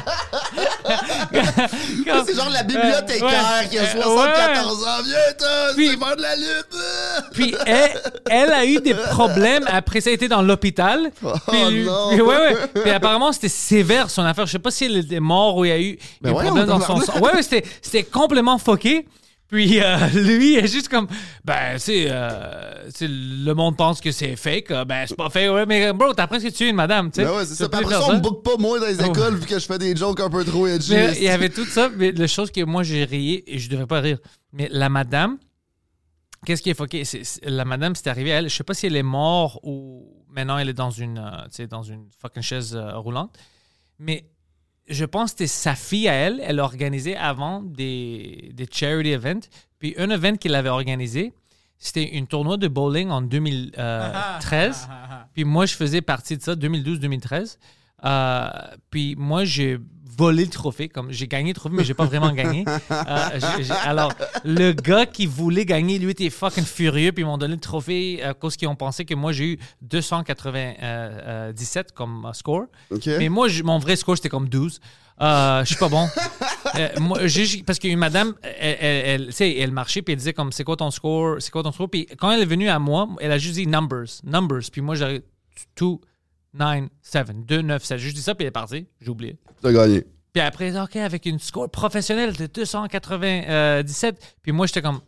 Comme- C'est genre la bibliothécaire Ouais, qui a ouais, soixante-quatorze ans. Viens, toi, Puis- c'est faire de la lutte. Puis elle, elle a eu des problèmes. Après ça, elle était dans l'hôpital. Puis, lui- non. puis ouais, ouais. Puis apparemment, c'était sévère son affaire. Je sais pas si elle était morte ou il y a eu Ben des voyons, problèmes dans son tabarnak. sang. Ouais, ouais, c'était, c'était complètement fucké. Puis euh, lui, il est juste comme, ben, c'est, euh, c'est le monde pense que c'est fake. Euh, Ben, c'est pas fake. Ouais, mais bro, t'as presque tué une madame, tu sais. Ben ouais, c'est Tu ça. peux Puis après faire ça, on me book pas moi dans les Oh. écoles vu que je fais des jokes un peu trop edgy. Mais il y avait tout ça, mais la chose que moi j'ai ri et je devrais pas rire. Mais la madame, qu'est-ce qui est fucké? C'est, c'est- la madame, c'est arrivé à elle. Je sais pas si elle est morte ou maintenant elle est dans une, euh, tu sais, dans une fucking chaise euh, roulante. Mais je pense que c'était sa fille à elle. Elle organisait avant des, des charity events. Puis un event qu'il avait organisé, c'était une tournoi de bowling en deux mille treize. Puis moi, je faisais partie de ça, deux mille douze deux mille treize. Euh, puis moi, j'ai volé le trophée. Comme j'ai gagné le trophée, mais j'ai pas vraiment gagné. Euh, j'ai, j'ai, alors, le gars qui voulait gagner, lui, était fucking furieux. Puis ils m'ont donné le trophée à cause qu'ils ont pensé que moi, j'ai eu deux cent quatre-vingt-dix-sept comme score. Okay. Mais moi, mon vrai score, c'était comme douze. Euh, je suis pas bon. euh, moi, j'ai, parce qu'une madame, elle, elle, elle, elle marchait puis elle disait comme c'est quoi ton score, c'est quoi ton score. Puis quand elle est venue à moi, elle a juste dit numbers, numbers. Puis moi j'avais deux, neuf, sept, deux, neuf, sept. J'ai juste dit ça puis elle est partie. J'ai oublié. T'as gagné. Puis après, ok, avec une score professionnelle de deux cent quatre-vingt-dix-sept. Puis moi j'étais comme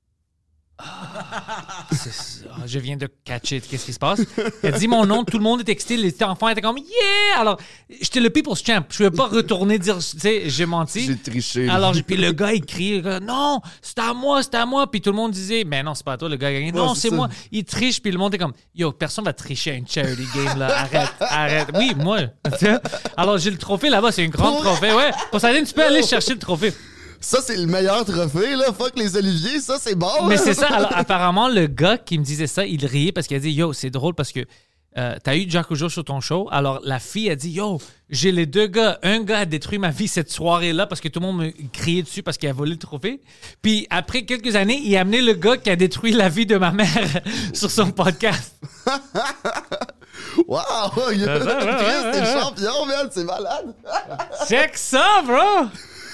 ah, c'est ça. Je viens de catcher qu'est-ce qui se passe. Elle dit mon nom, tout le monde est excité, les enfants étaient comme yeah. Alors j'étais le people's champ, je pouvais pas retourner dire tu sais j'ai menti. J'ai triché. Alors puis le gars il crie le gars, non c'est à moi c'est à moi puis tout le monde disait mais non c'est pas à toi le gars a gagné. Ouais, non c'est c'est ça. moi. Il triche puis le monde est comme yo personne va tricher à une charity game là arrête arrête. Oui moi. Alors j'ai le trophée là-bas c'est une grande trophée ouais. Poseidon tu peux aller chercher le trophée. Ça, c'est le meilleur trophée, là. Fuck les oliviers, ça, c'est bon. Mais là. c'est ça. Alors, apparemment, le gars qui me disait ça, il riait parce qu'il a dit yo, c'est drôle parce que euh, t'as eu Jack Rougeau sur ton show. Alors, la fille a dit yo, j'ai les deux gars. Un gars a détruit ma vie cette soirée-là parce que tout le monde me criait dessus parce qu'il a volé le trophée. Puis, après quelques années, il a amené le gars qui a détruit la vie de ma mère sur son podcast. Wow! Il Ça, ça, ouais, Chris, ouais, t'es ouais. champion, man. C'est malade. Check ça, bro!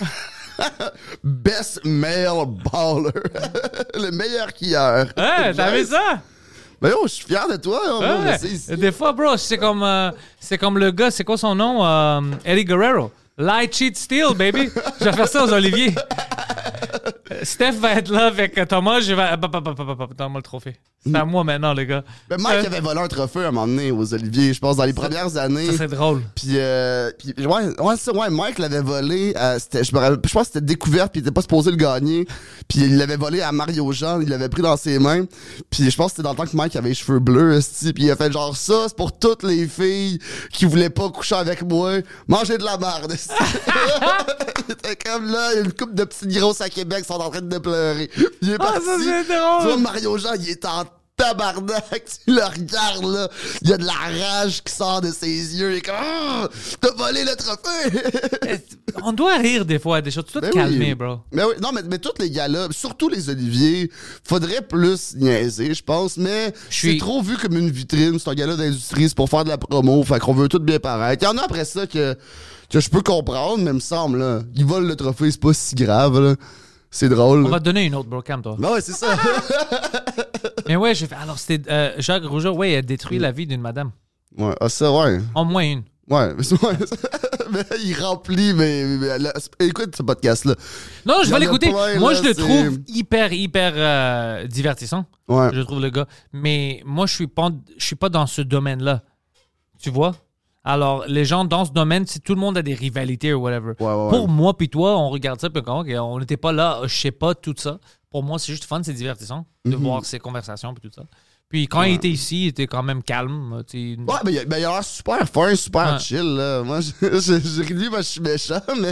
Best male baller. Le meilleur quilleur. Ouais, t'as vu ça? Ben yo, je suis fier de toi. Hein, moi, Ouais. mais c'est ici. Des fois, bro, c'est comme, euh, c'est comme le gars, c'est quoi son nom? Euh, Eddie Guerrero. Lie, cheat, steal, baby. Je vais faire ça aux Oliviers. Euh, Steph va être là avec Thomas. Je vais. Donne-moi le trophée. C'est à moi maintenant, les gars. Ben Mike Euh, avait volé un trophée à un moment donné aux Oliviers, je pense, dans les premières années. Ça serait drôle. Puis, euh, puis ouais, ouais, ça, ouais, Mike l'avait volé. À, c'était, je, me rappelle, je pense que c'était découverte, puis il était pas supposé le gagner. Puis il l'avait volé à Mario Jean, il l'avait pris dans ses mains. Puis je pense que c'était dans le temps que Mike avait les cheveux bleus, esti, puis il a fait genre ça, c'est pour toutes les filles qui voulaient pas coucher avec moi, manger de la merde. esti. Il était comme là, il y a une couple de petites grosses à Québec qui sont en train de pleurer. Puis il est Ah, parti. ça, c'est Tu vois, drôle. Mario Jean, il est en tabarnak, tu le regardes là, il y a de la rage qui sort de ses yeux, il est comme ah, t'as volé le trophée. On doit rire des fois des choses. Tu dois te Ben oui. calmer, bro. Mais oui, non, mais, mais tous les gars-là, surtout les Oliviers, faudrait plus niaiser, je pense, mais Je suis- c'est trop vu comme une vitrine, c'est un gars-là d'industrie, c'est pour faire de la promo, fait qu'on veut tout bien paraître. Il y en a après ça que, que je peux comprendre, mais il me semble, là, ils volent le trophée, c'est pas si grave, là. C'est drôle. On va te donner une autre, bro. Calme-toi. Ben ouais, c'est ça. Mais ouais, j'ai fait. Alors, c'était euh, Jacques Rougeau, ouais, il a détruit la vie d'une madame. Ouais, ah, ça, ouais. Au moins une. Ouais, mais, c'est- ouais, mais il remplit, mais, mais là, écoute ce podcast-là. Non, je Il y vais en a l'écouter. plein, Moi, là, je le c'est- trouve hyper, hyper euh, divertissant. Ouais. Je trouve le gars. Mais moi, je suis pas, je suis pas dans ce domaine-là. Tu vois? Alors, les gens dans ce domaine, si tout le monde a des rivalités ou whatever. Ouais, ouais, ouais. Pour moi, puis toi, on regarde ça, puis on on n'était pas là, je sais pas, tout ça. Pour moi, c'est juste fun, c'est divertissant de Mhm. voir ces conversations, puis tout ça. Puis quand il était ici, il était quand même calme. tu sais. Ouais, ben, il a, ben, il a l'air super fin, super Ouais. chill, là. Moi, je, je, je ris de lui, moi, je suis méchant, mais.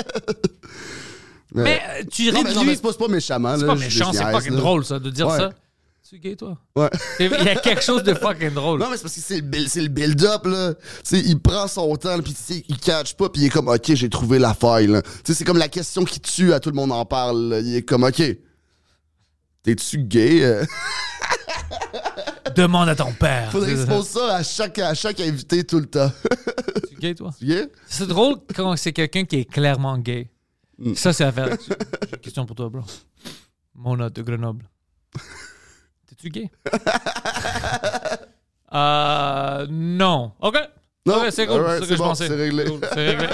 Mais euh, tu non, ris mais, de non, mais lui. c'est pas, c'est pas méchamment, C'est là. pas je- méchant, je c'est niaise, fucking là. drôle, ça, de dire Ouais. ça. Tu es gay, toi? Ouais. C'est- Il y a quelque chose de fucking drôle. Non, mais c'est parce que c'est le, build- c'est le build-up, là. Tu sais, il prend son temps, puis tu sais, il catch pas, puis il est comme, OK, j'ai trouvé la faille, là. Tu sais, c'est comme la question qui tue, à tout le monde en parle, là. Il est comme, OK, t'es-tu gay? euh? Demande à ton père. Faudrait que tu poses ça à chaque, à chaque invité tout le temps. Tu es gay, toi? Tu gay? C'est drôle quand c'est quelqu'un qui est clairement gay. Mm. Ça, c'est à faire. J'ai une question pour toi, bro. Mona de Grenoble. T'es-tu gay? euh. Non. OK. Non, Ok, c'est cool. alright, c'est ce que c'est je bon, pensais. c'est réglé. Cool, c'est réglé.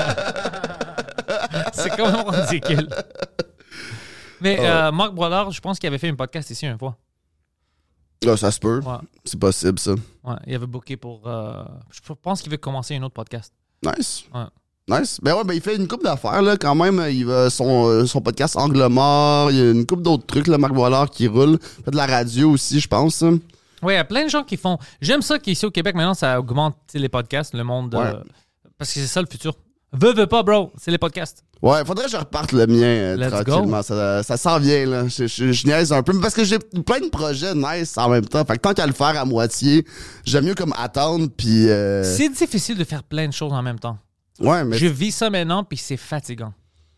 C'est quand même ridicule. Mais Oh. euh, Marc Brollard, je pense qu'il avait fait un podcast ici une fois. Là, ça se peut. Ouais. C'est possible, ça. Ouais, il avait booké pour. euh, je pense qu'il veut commencer un autre podcast. Nice. Ouais. Nice. Ben ouais, ben il fait une couple d'affaires, là, quand même. Il va, son, euh, son podcast Angle mort, il y a une couple d'autres trucs, là, Marc Boilard qui roule. Il fait de la radio aussi, je pense. hein. Oui, il y a plein de gens qui font. J'aime ça qu'ici au Québec, maintenant, ça augmente tu sais, les podcasts, le monde. Ouais. euh, parce que c'est ça le futur. Veux, veux pas, bro. C'est les podcasts. Ouais, faudrait que je reparte le mien euh, Let's tranquillement. Ça, ça s'en vient, là. Je, je, je niaise un peu. Parce que j'ai plein de projets nice en même temps. Fait que tant qu'à le faire à moitié, j'aime mieux comme attendre. Puis. Euh... C'est difficile de faire plein de choses en même temps. Ouais, mais. Je vis ça maintenant, puis c'est fatigant.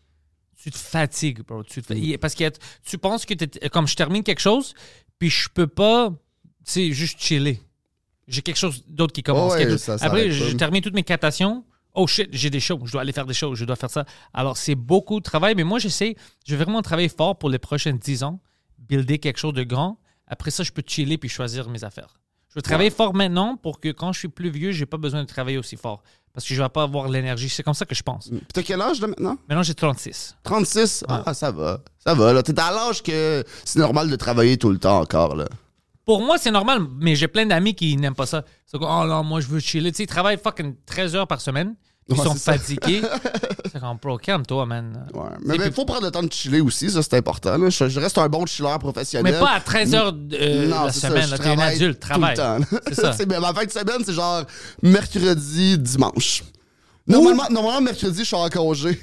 Tu te fatigues, bro. Tu te... Mm. Parce que tu penses que t'es... comme je termine quelque chose, puis je peux pas, tu sais, juste chiller. J'ai quelque chose d'autre qui commence. Oh ouais, quelque... ça, ça Après, arrête je pas. termine toutes mes captations. Oh shit, j'ai des shows. Je dois aller faire des shows. Je dois faire ça. Alors, c'est beaucoup de travail, mais moi, j'essaie, je vais vraiment travailler fort pour les prochaines dix ans, builder quelque chose de grand. Après ça, je peux chiller puis choisir mes affaires. Je veux travailler ouais. fort maintenant pour que quand je suis plus vieux, j'ai pas besoin de travailler aussi fort. Parce que je vais pas avoir l'énergie. C'est comme ça que je pense. Puis t'as quel âge là maintenant? Maintenant, j'ai trente-six. trente-six? Ouais. Ah, ça va. Ça va, là. T'es à l'âge que c'est normal de travailler tout le temps encore, là. Pour moi, c'est normal, mais j'ai plein d'amis qui n'aiment pas ça. C'est comme, oh non, moi, je veux chiller. Tu sais, ils travaillent fucking treize heures par semaine. Ils Ouais, sont c'est fatigués. C'est comme, bro, calme-toi, man. Ouais. Mais il puis... faut prendre le temps de chiller aussi, ça, c'est important. Là. Je, je reste un bon chiller professionnel. Mais pas à treize heures euh, non, la semaine. Ça, tu es un adulte, travaille. Tout le temps. C'est ça. c'est, ma fin de semaine, c'est genre mercredi, dimanche. Normalement, normalement mercredi, je suis en congé.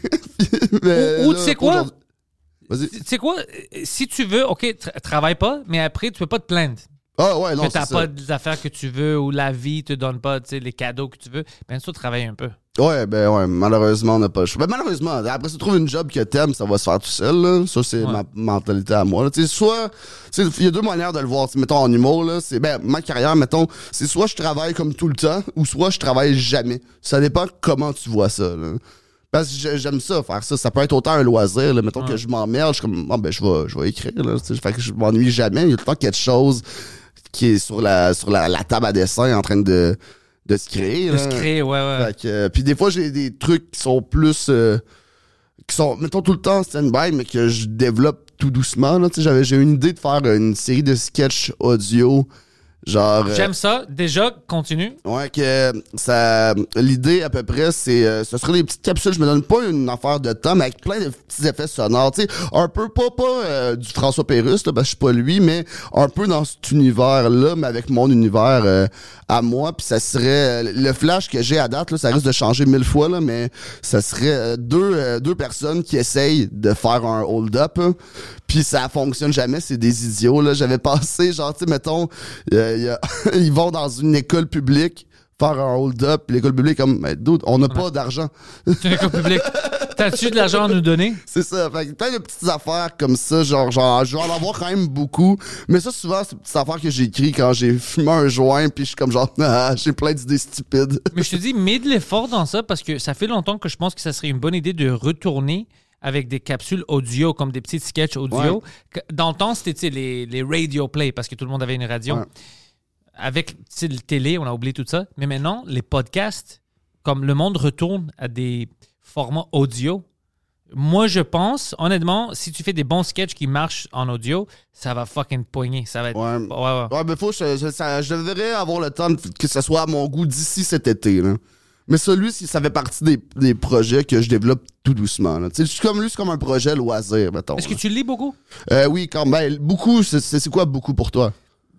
Mais ou tu sais quoi? Vas-y. Tu sais quoi? Si tu veux, OK, tra- travaille pas, mais après, tu peux pas te plaindre. Ah ouais, non, que t'as c'est pas ça. des affaires que tu veux ou la vie te donne pas les cadeaux que tu veux. Bien sûr, travaille un peu. Ouais, ben ouais, malheureusement, on n'a pas le choix. Ben malheureusement, après, si tu trouves une job que t'aimes, ça va se faire tout seul, là. Ça, c'est Ouais. ma mentalité à moi, là. Tu sais, soit, il y a deux manières de le voir. T'sais, mettons, en humour, là, c'est, ben, ma carrière, mettons, c'est soit je travaille comme tout le temps, ou soit je travaille jamais. Ça dépend comment tu vois ça, là. Parce que j'aime ça, faire ça. Ça peut être autant un loisir, là. Mettons Ouais. que je m'emmerde, je suis comme, ah, ben, je vais, je vais écrire, là. T'sais, fait que je m'ennuie jamais. Il y a tout le temps quelque chose qui est sur la, sur la, la table à dessin en train de, de se créer, De là. se créer, ouais, ouais. Fait que, euh, puis des fois, j'ai des trucs qui sont plus... euh, qui sont, mettons, tout le temps en stand-by, mais que je développe tout doucement. Là. Tu sais, j'avais, j'ai eu une idée de faire une série de sketchs audio, genre... euh, J'aime ça. Déjà, continue. Ouais, que ça... L'idée, à peu près, c'est... euh, ce serait des petites capsules. Je me donne pas une affaire de temps, mais avec plein de petits effets sonores. Tu sais, un peu, pas, pas euh, du François Pérusse, là, parce que je suis pas lui, mais un peu dans cet univers-là, mais avec mon univers euh, à moi. Puis ça serait... euh, le flash que j'ai à date, là, ça risque de changer mille fois, là, mais ça serait euh, deux, euh, deux personnes qui essayent de faire un hold-up. Hein. Puis ça fonctionne jamais, c'est des idiots. Là. J'avais pensé, genre, tu sais, mettons, euh, y a, ils vont dans une école publique faire un hold-up, puis l'école publique est comme, mais dude, on n'a pas d'argent. C'est une école publique. T'as-tu de l'argent à nous donner? C'est ça. Fait que plein de petites affaires comme ça, genre, genre, je vais en avoir quand même beaucoup. Mais ça, souvent, c'est des petites affaires que j'écris quand j'ai fumé un joint, puis je suis comme genre, ah, j'ai plein d'idées stupides. Mais je te dis, mets de l'effort dans ça parce que ça fait longtemps que je pense que ça serait une bonne idée de retourner avec des capsules audio, comme des petits sketchs audio. Ouais. Que- Dans le temps, c'était tu sais, les, les radio play parce que tout le monde avait une radio. Ouais. Avec tu sais, le télé, on a oublié tout ça. Mais maintenant, les podcasts, comme le monde retourne à des formats audio, moi, je pense, honnêtement, si tu fais des bons sketchs qui marchent en audio, ça va fucking poigner. Ça va être... Ouais. Ouais, ouais. Ouais, mais faut, je, je, ça- je devrais avoir le temps de- que ce soit à mon goût d'ici cet été, là. Mais celui, ça fait partie des, des projets que je développe tout doucement, là. Tu sais, je suis comme lui, c'est comme un projet loisir, mettons. Est-ce que là. tu lis beaucoup? Euh, oui, quand même. Beaucoup, c'est, c'est c'est quoi beaucoup pour toi?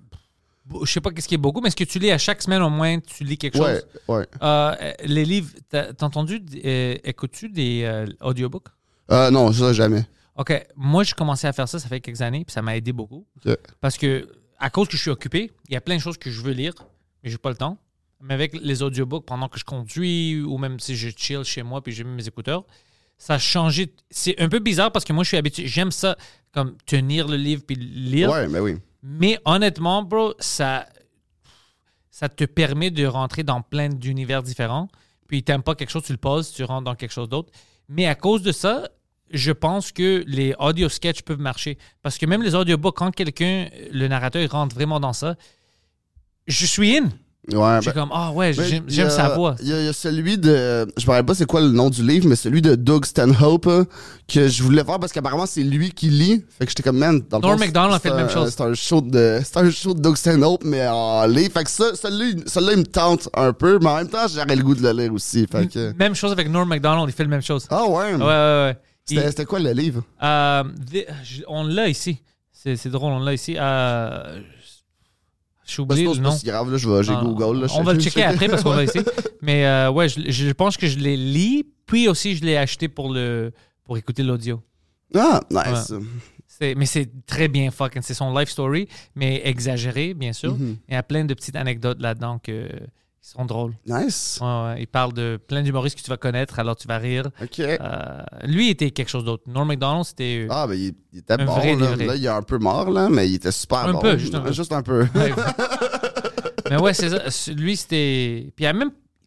Je sais pas qu'est-ce qui est beaucoup, mais est-ce que tu lis à chaque semaine au moins, tu lis quelque Ouais, chose? ouais. Euh, les livres, t'as t'as entendu, euh, écoutes-tu des euh, audiobooks? Euh, non, ça, jamais. OK. Moi, j'ai commencé à faire ça, ça fait quelques années, puis ça m'a aidé beaucoup. Ok. Parce que, à cause que je suis occupé, il y a plein de choses que je veux lire, mais j'ai pas le temps. Mais avec les audiobooks, pendant que je conduis, ou même si je chill chez moi, puis j'ai mis mes écouteurs, ça a changé. C'est un peu bizarre parce que moi, je suis habitué, j'aime ça, comme tenir le livre puis lire. Ouais, mais oui. Mais honnêtement, bro, ça, ça te permet de rentrer dans plein d'univers différents. Puis t'aimes pas quelque chose, tu le poses, tu rentres dans quelque chose d'autre. Mais à cause de ça, je pense que les audio sketchs peuvent marcher. Parce que même les audiobooks, quand quelqu'un, le narrateur, il rentre vraiment dans ça, je suis in. Ouais, Je suis ben- comme, ah ouais, ben, j'aime il y j'aime a- sa voix. Il y, a- il y a celui de. Je me rappelle pas c'est quoi le nom du livre, mais celui de Doug Stanhope, hein, que je voulais faire parce qu'apparemment c'est lui qui lit. Fait que j'étais comme, man, dans le Norm fond, Macdonald a c'est fait la un- même chose. C'est un show de, c'est un show de Doug Stanhope, mais en livre. Fait que ça, celui-là, il- celui-là, il me tente un peu, mais en même temps, j'aurais le goût de le lire aussi. Fait que. Même chose avec Norm Macdonald, il fait la même chose. Ah ouais? Ouais, ouais, ouais. C'était, Il- c'était quoi le livre? Euh, the- je- on l'a ici. C'est c'est drôle, on l'a ici. Euh, Ben, J'ai c'est oublié pas, le c'est pas nom. si grave, là, je vais, j'ai Non, Google. Là, on je- va le je- checker après parce qu'on l'a ici. Mais euh, ouais, je, je pense que je les lis puis aussi, je l'ai acheté pour, le, pour écouter l'audio. Ah, nice. Ouais. C'est, mais c'est très bien fucking. C'est son life story, mais exagéré, bien sûr. Mm-hmm. Il y a plein de petites anecdotes là-dedans que, qui sont drôles. Nice. Ouais, ouais. Il parle de plein d'humoristes que tu vas connaître, alors tu vas rire. OK. Euh, lui, il était quelque chose d'autre. Norm Macdonald, c'était... Ah, ben, il, il était Un bon, vrai là. des vrais. Là, il est un peu mort, là, mais il était super Un bon. peu, juste un peu. Juste un peu. Ouais. Mais ouais, c'est ça. Lui, c'était... Puis il y a même...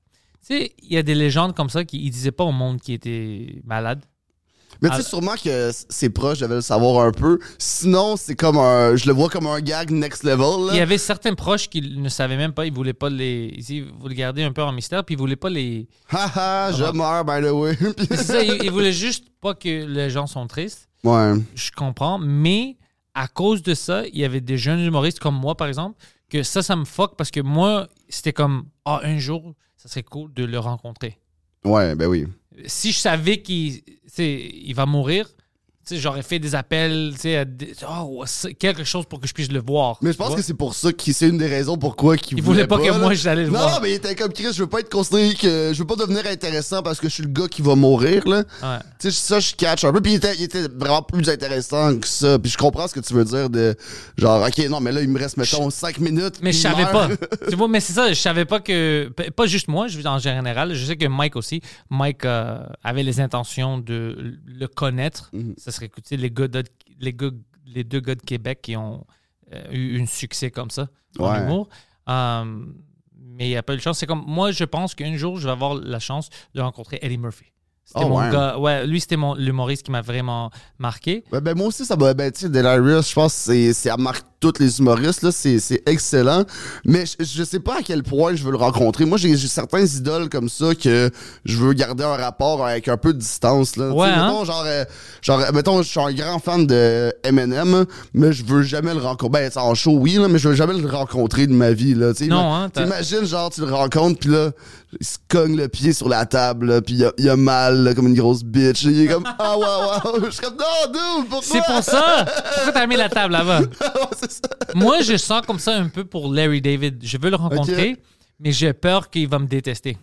Tu sais, il y a des légendes comme ça qui ne disaient pas au monde qu'il était malade. Mais tu sais, Ah. sûrement que ses proches devaient le savoir un peu. Sinon, c'est comme un... Je le vois comme un gag next level, là. Il y avait certains proches qui ne savaient même pas. Ils voulaient pas les... Ils voulaient garder un peu en mystère, puis ils voulaient pas les... Haha, je Ah. meurs, by the way. Puis- C'est ça, ils, ils voulaient juste pas que les gens sont tristes. ouais. Je comprends, mais à cause de ça, il y avait des jeunes humoristes comme moi, par exemple, que ça, ça me fuck parce que moi, c'était comme, ah, un jour, ça serait cool de le rencontrer. Ouais, ben oui. Si je savais qu'il tu sais, il va mourir, tu sais, j'aurais fait des appels, tu sais, à des- oh, c'est quelque chose pour que je puisse le voir. Mais je tu pense vois? que c'est pour ça que c'est une des raisons pourquoi qu'il Il voulait pas pas que là. moi, j'allais le non, voir. Non, mais il était comme Chris, je veux pas être considéré que. Je veux pas devenir intéressant parce que je suis le gars qui va mourir, là. Ouais. Tu sais, ça, je catch un peu. Puis il était, il était vraiment plus intéressant que ça. Puis je comprends ce que tu veux dire de. Genre, OK, non, mais là, il me reste, mettons, cinq minutes. Mais puis je il savais meurt. pas. Tu vois, mais c'est ça, je savais pas que. p- Pas juste moi, je en général. Je sais que Mike aussi. Mike euh, avait les intentions de le connaître. Mhm. Ça serait, tu sais, les, gars de- les, gars- les deux gars de Québec qui ont euh, eu un succès comme ça en Ouais. humour. Euh, mais il n'y a pas eu de chance. C'est comme, moi, je pense qu'un jour, je vais avoir la chance de rencontrer Eddie Murphy. C'était Oh, mon ouais. gars. Ouais, lui, c'était mon, l'humoriste qui m'a vraiment marqué. Ben, ben, moi aussi, ça m'a. Ben, tu sais, Delirious, je pense que c'est, c'est à marque tous les humoristes, là. C'est, c'est excellent. Mais je, je sais pas à quel point je veux le rencontrer. Moi, j'ai, j'ai certains idoles comme ça que je veux garder un rapport avec un peu de distance, là. Ouais, Tu sais, hein? mettons, genre, euh, genre, mettons, je suis un grand fan de Eminem, mais je veux jamais le rencontrer. Ben, c'est en show, oui, là, mais je veux jamais le rencontrer de ma vie, là. Tu sais, Non, ima- hein, t'as- T'imagines, genre, tu le rencontres, puis là, il se cogne le pied sur la table, là, puis il a, il a mal, là, comme une grosse bitch. Il est comme, ah, wow, wow. Je suis comme, non, dude, pourquoi? C'est pour ça! Pourquoi t'as mis la table là-bas? Ouais, c'est ça. Moi, je sens comme ça un peu pour Larry David. Je veux le rencontrer, Ok. mais j'ai peur qu'il va me détester.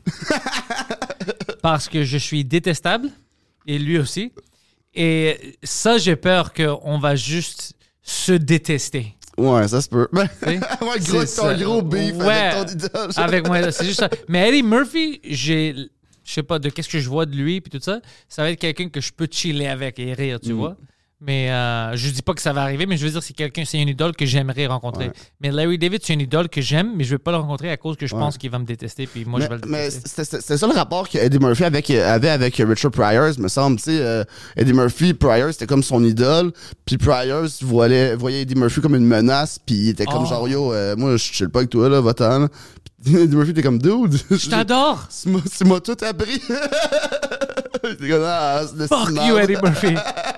Parce que je suis détestable, et lui aussi. Et ça, j'ai peur qu'on va juste se détester. Ouais, ça se peut. Ben, sais? ouais, gros, C'est c'est un ça. gros beef Ouais. avec ton idole. genre. Avec moi, c'est juste ça. Mais Eddie Murphy, j'ai... Je sais pas, de qu'est-ce que je vois de lui, puis tout ça, ça va être quelqu'un que je peux chiller avec et rire, Mm. tu vois. Mais euh, je dis pas que ça va arriver, mais je veux dire, c'est quelqu'un, c'est une idole que j'aimerais rencontrer. Ouais. Mais Larry David, c'est une idole que j'aime, mais je vais pas le rencontrer à cause que je Ouais. pense qu'il va me détester, puis moi, mais je vais le mais détester. c'était c'était- c'était ça le rapport que Eddie Murphy avec, avait avec Richard Pryor, me semble. Tu sais, euh, Eddie Murphy, Pryor, c'était comme son idole. Puis Pryor voyait, voyait Eddie Murphy comme une menace. Puis il était comme Oh. genre, yo, euh, moi, je chill pas avec toi, là, va-t'en. là. Puis Eddie Murphy était comme, dude. Je t'adore! Tu m'as- tu m'as tout appris. J'étais comme, ah, c'est de Fuck si you, merde. Eddie Murphy!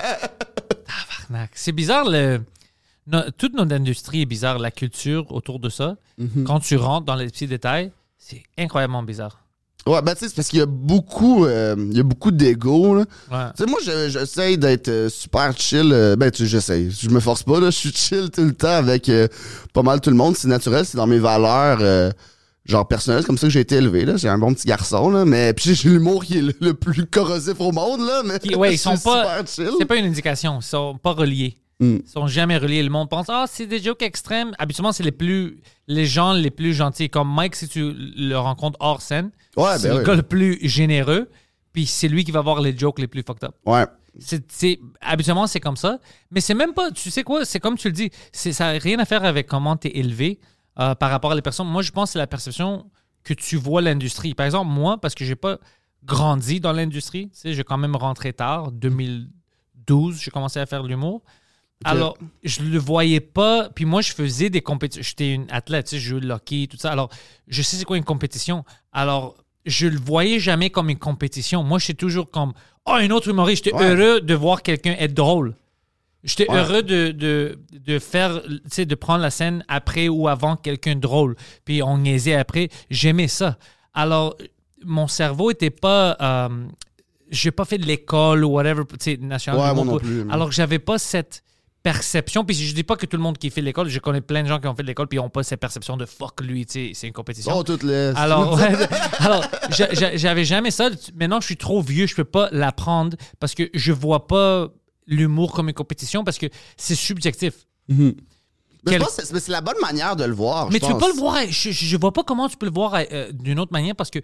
Tabarnak. C'est bizarre, le... no- toute notre industrie est bizarre, la culture autour de ça. Mhm. Quand tu rentres dans les petits détails, c'est incroyablement bizarre. Ouais, ben tu sais, c'est parce qu'il y a beaucoup, euh, il y a beaucoup d'ego, là. Ouais. Tu sais, moi, je- j'essaye d'être euh, super chill. euh, ben, tu sais, j'essaye. Je me force pas, là. Je suis chill tout le temps avec euh, pas mal tout le monde. C'est naturel, c'est dans mes valeurs, euh, genre personnelles. C'est comme ça que j'ai été élevé, là. J'ai un bon petit garçon, là. Mais puis j'ai l'humour qui est le, le plus corrosif au monde, là. Mais Qui- ouais, ils je sont suis pas- super chill. C'est pas une indication, ils sont pas reliés. Mm. Ils sont jamais reliés. Le monde pense, ah, c'est des jokes extrêmes. Habituellement, c'est les plus, les gens les plus gentils. Comme Mike, si tu le rencontres hors scène, Ouais, c'est ben le oui. gars le plus généreux, puis c'est lui qui va avoir les jokes les plus fucked up. Ouais. C'est, c'est- habituellement, c'est comme ça. Mais c'est même pas, tu sais quoi, c'est comme tu le dis, c'est, ça n'a rien à faire avec comment tu es élevé euh, par rapport à les personnes. Moi, je pense que c'est la perception que tu vois l'industrie. Par exemple, moi, parce que j'ai pas grandi dans l'industrie, tu sais, j'ai quand même rentré tard, deux mille douze, j'ai commencé à faire de l'humour. Alors, je le voyais pas. Puis moi, je faisais des compétitions. J'étais une athlète, tu sais, je jouais le hockey, tout ça. Alors, je sais c'est quoi une compétition. Alors, je le voyais jamais comme une compétition. Moi, j'étais toujours comme, oh, un autre humoriste. J'étais Ouais. heureux de voir quelqu'un être drôle. J'étais Ouais. heureux de, de, de faire, tu sais, de prendre la scène après ou avant quelqu'un de drôle. Puis on niaisait après. J'aimais ça. Alors, mon cerveau était pas... Euh, j'ai pas fait de l'école ou whatever, tu sais, national. Ouais, du moi monde. non plus. Alors que j'avais pas cette perception. Puis je dis pas que tout le monde qui fait de l'école, je connais plein de gens qui ont fait de l'école puis ils n'ont pas cette perception de fuck lui, tu sais, c'est une compétition. Oh, toutes les. Alors, ouais, alors j'a- j'a- j'avais jamais ça. Maintenant, je suis trop vieux, je peux pas l'apprendre parce que je vois pas l'humour comme une compétition parce que c'est subjectif. Mais Quel- je pense que c'est, mais c'est la bonne manière de le voir. Mais je tu peux pense. pas le voir. Je, je, je vois pas comment tu peux le voir euh, d'une autre manière parce que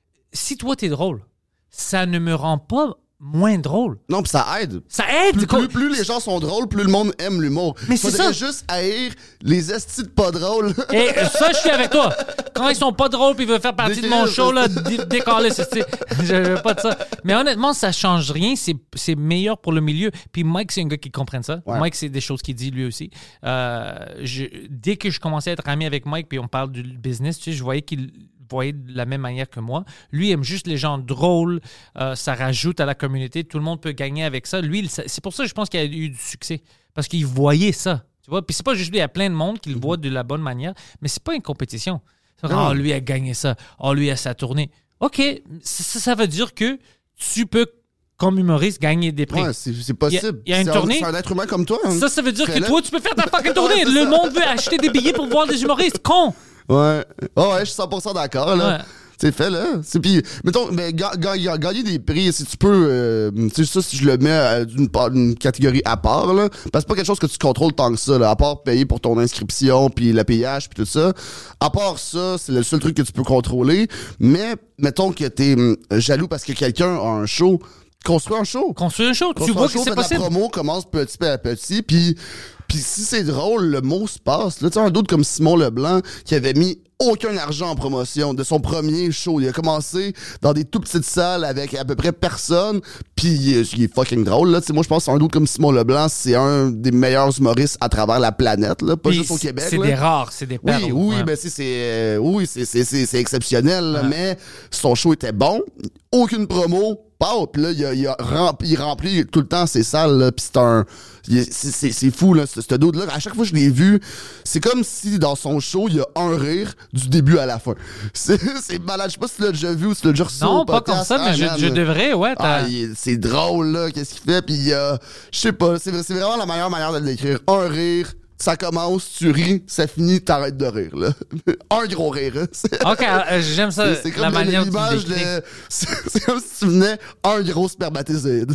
si toi t'es drôle, ça ne me rend pas moins drôle. Non, puis ça aide. Ça aide. Plus, Qu'on- plus, plus les gens sont drôles, plus le monde aime l'humour. Mais c'est Faudrait ça. juste haïr les estis de pas drôles. Et euh, ça, je suis avec toi. Quand ils sont pas drôles puis ils veulent faire partie de mon Décalé, show, là, ça. dé- décalé, c'est, c'est- je veux pas de ça. Mais honnêtement, ça change rien. C'est, c'est meilleur pour le milieu. Puis Mike, c'est un gars qui comprend ça. Ouais. Mike, c'est des choses qu'il dit lui aussi. Euh, je- dès que je commençais à être ami avec Mike puis on parle du business, tu sais, je voyais qu'il voyait de la même manière que moi. Lui aime juste les gens drôles. Euh, ça rajoute à la communauté. Tout le monde peut gagner avec ça. Lui, il- c'est pour ça que je pense qu'il a eu du succès. Parce qu'il voyait ça. Tu vois? Puis c'est pas juste lui, il y a plein de monde qui le voit de la bonne manière. Mais c'est pas une compétition. C'est Non. oh, lui a gagné ça. Oh, lui a sa tournée. OK, ça, ça veut dire que tu peux, comme humoriste, gagner des prix. Ouais, c'est, c'est possible. Il y a- il y a une c'est tournée. Un, c'est un être humain comme toi. hein. Ça, ça veut dire que Fais-le. toi, tu peux faire ta fucking tournée. Ouais, c'est Le ça. monde veut acheter des billets pour voir des humoristes. Con! Ouais. Oh, ouais, je suis cent pour cent d'accord, là. Ouais. C'est fait, là. C'est, puis, mettons, mais ga- ga- ga- gagner des prix, si tu peux, euh, tu sais, ça, si je le mets à d'une part- d'une catégorie à part, là, parce que c'est pas quelque chose que tu contrôles tant que ça, là, à part payer pour ton inscription, puis le payage, puis tout ça. À part ça, c'est le seul truc que tu peux contrôler. Mais, mettons que t'es hum, jaloux parce que quelqu'un a un show, construis un show. Construire un show. Tu Construis vois un que show, c'est fais de la possible. promo commence petit à petit, puis puis si c'est drôle, le mot se passe. Là, tu sais, un doute comme Simon Leblanc qui avait mis aucun argent en promotion de son premier show. Il a commencé dans des tout petites salles avec à peu près personne, puis il, est- il est fucking drôle. Là. Tu sais, moi, je pense qu'un doute comme Simon Leblanc, c'est un des meilleurs humoristes à travers la planète, là, pas Puis juste au Québec. C'est là. des rares, c'est des perles. Oui, oui, Ouais. ben c'est c'est euh, oui, c'est c'est c'est c'est exceptionnel, là, mais son show était bon, aucune promo, pas puis là il a, il a rempli, il remplit tout le temps ses salles là, puis c'est un il est- c'est c'est c'est fou là, ce, ce dude là, à chaque fois que je l'ai vu, c'est comme si dans son show, il y a un rire du début à la fin. C'est c'est malade, je sais pas si tu l'as déjà vu ou si tu l'as déjà reçu Non, au pas comme podcast. ça, mais Ah, je, man, je là. devrais, ouais. t'as- Ah, il est- c'est drôle, là, qu'est-ce qu'il fait, puis euh, je sais pas, c'est c'est vraiment la meilleure manière de l'écrire. Un rire, ça commence, tu ris, ça finit, t'arrêtes de rire, là. Un gros rire, hein. C'est- OK, euh, j'aime ça, c'est- c'est la comme le- manière dont tu l'image le décris. de... C'est c'est comme si tu venais un gros spermatozoïde.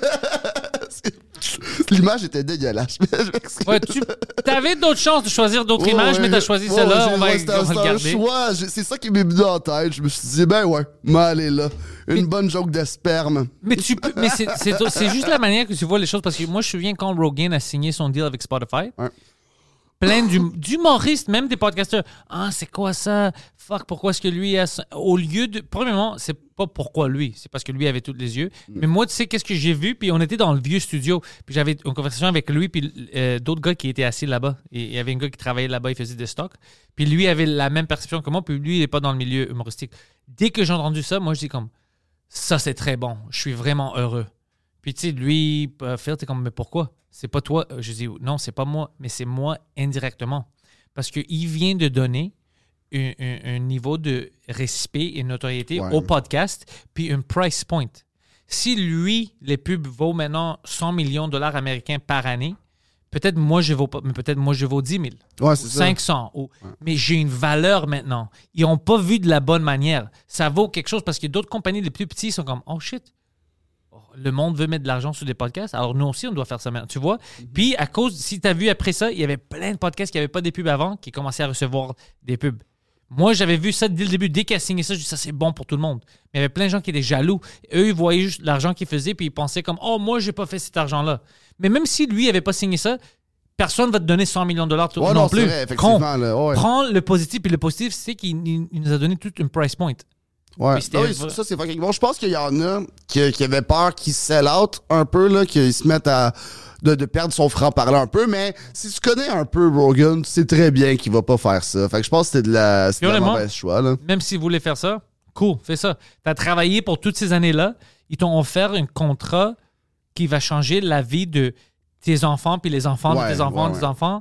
C'est- L'image était dégueulasse. Je m'excuse. Ouais, tu avais d'autres chances de choisir d'autres Ouais, images, ouais. mais t'as choisi Ouais, celle-là, ouais, on va, ouais, c'était un- on va le c'était un garder. choix. J'ai- C'est ça qui m'est venu en tête. Je me suis dit, ben ouais, mais allez là. Une bonne joke de sperme. Mais, tu peux, mais c'est, c'est, c'est juste la manière que tu vois les choses, parce que moi, je me souviens quand Rogan a signé son deal avec Spotify, Ouais. plein d'hum- d'humoristes, même des podcasteurs. Ah, c'est quoi ça? Fuck, pourquoi est-ce que lui a... ça? Au lieu de... Premièrement, c'est pas pourquoi lui, c'est parce que lui avait tous les yeux. Mais moi, tu sais, qu'est-ce que j'ai vu? Puis on était dans le vieux studio, puis j'avais une conversation avec lui, puis euh, d'autres gars qui étaient assis là-bas. Et il y avait un gars qui travaillait là-bas, il faisait des stocks. Puis lui avait la même perception que moi, puis lui, il n'est pas dans le milieu humoristique. Dès que j'ai entendu ça, moi, je dis comme, ça, c'est très bon. Je suis vraiment heureux. Puis, tu sais, lui, euh, Phil, t'es comme, mais pourquoi? C'est pas toi. Je dis, non, c'est pas moi, mais c'est moi indirectement. Parce qu'il vient de donner un, un- un niveau de respect et notoriété Ouais. au podcast, puis un price point. Si lui, les pubs vaut maintenant cent millions de dollars américains par année, peut-être moi, je vaux pas, mais peut-être moi, je vaux dix mille. Ouais, c'est ça. cinq cents. Ou, mais j'ai une valeur maintenant. Ils n'ont pas vu de la bonne manière. Ça vaut quelque chose parce que d'autres compagnies, les plus petits, sont comme, oh shit, oh, le monde veut mettre de l'argent sur des podcasts, alors nous aussi, on doit faire ça maintenant. Tu vois? Puis, à cause, si tu as vu après ça, il y avait plein de podcasts qui n'avaient pas des pubs avant qui commençaient à recevoir des pubs. Moi, j'avais vu ça dès le début. Dès qu'il a signé ça, je dis ça, c'est bon pour tout le monde. Mais il y avait plein de gens qui étaient jaloux. Eux, ils voyaient juste l'argent qu'il faisait, puis ils pensaient comme, oh, moi, j'ai pas fait cet argent-là. Mais même si lui n'avait pas signé ça, personne va te donner cent millions de dollars Ouais, non, non, plus. c'est vrai, effectivement. Con. Là, ouais. Prends le positif, puis le positif, c'est qu'il il- il nous a donné toute une price point. Ouais. Puis c'était Ah oui, vrai. ça, c'est fucking bon. Je pense qu'il y en a qui, qui avaient peur qu'ils sell out un peu, là, qu'ils se mettent à. De, de perdre son franc-parler un peu, mais si tu connais un peu Rogan, tu sais très bien qu'il va pas faire ça. Fait que je pense que c'était de la, c'était de la Honnêtement, mauvaise choix, là. Même si vous voulez faire ça, cool, fais ça. Tu as travaillé pour toutes ces années-là. Ils t'ont offert un contrat qui va changer la vie de tes enfants, puis les enfants Ouais, de tes enfants, ouais, des ouais. enfants.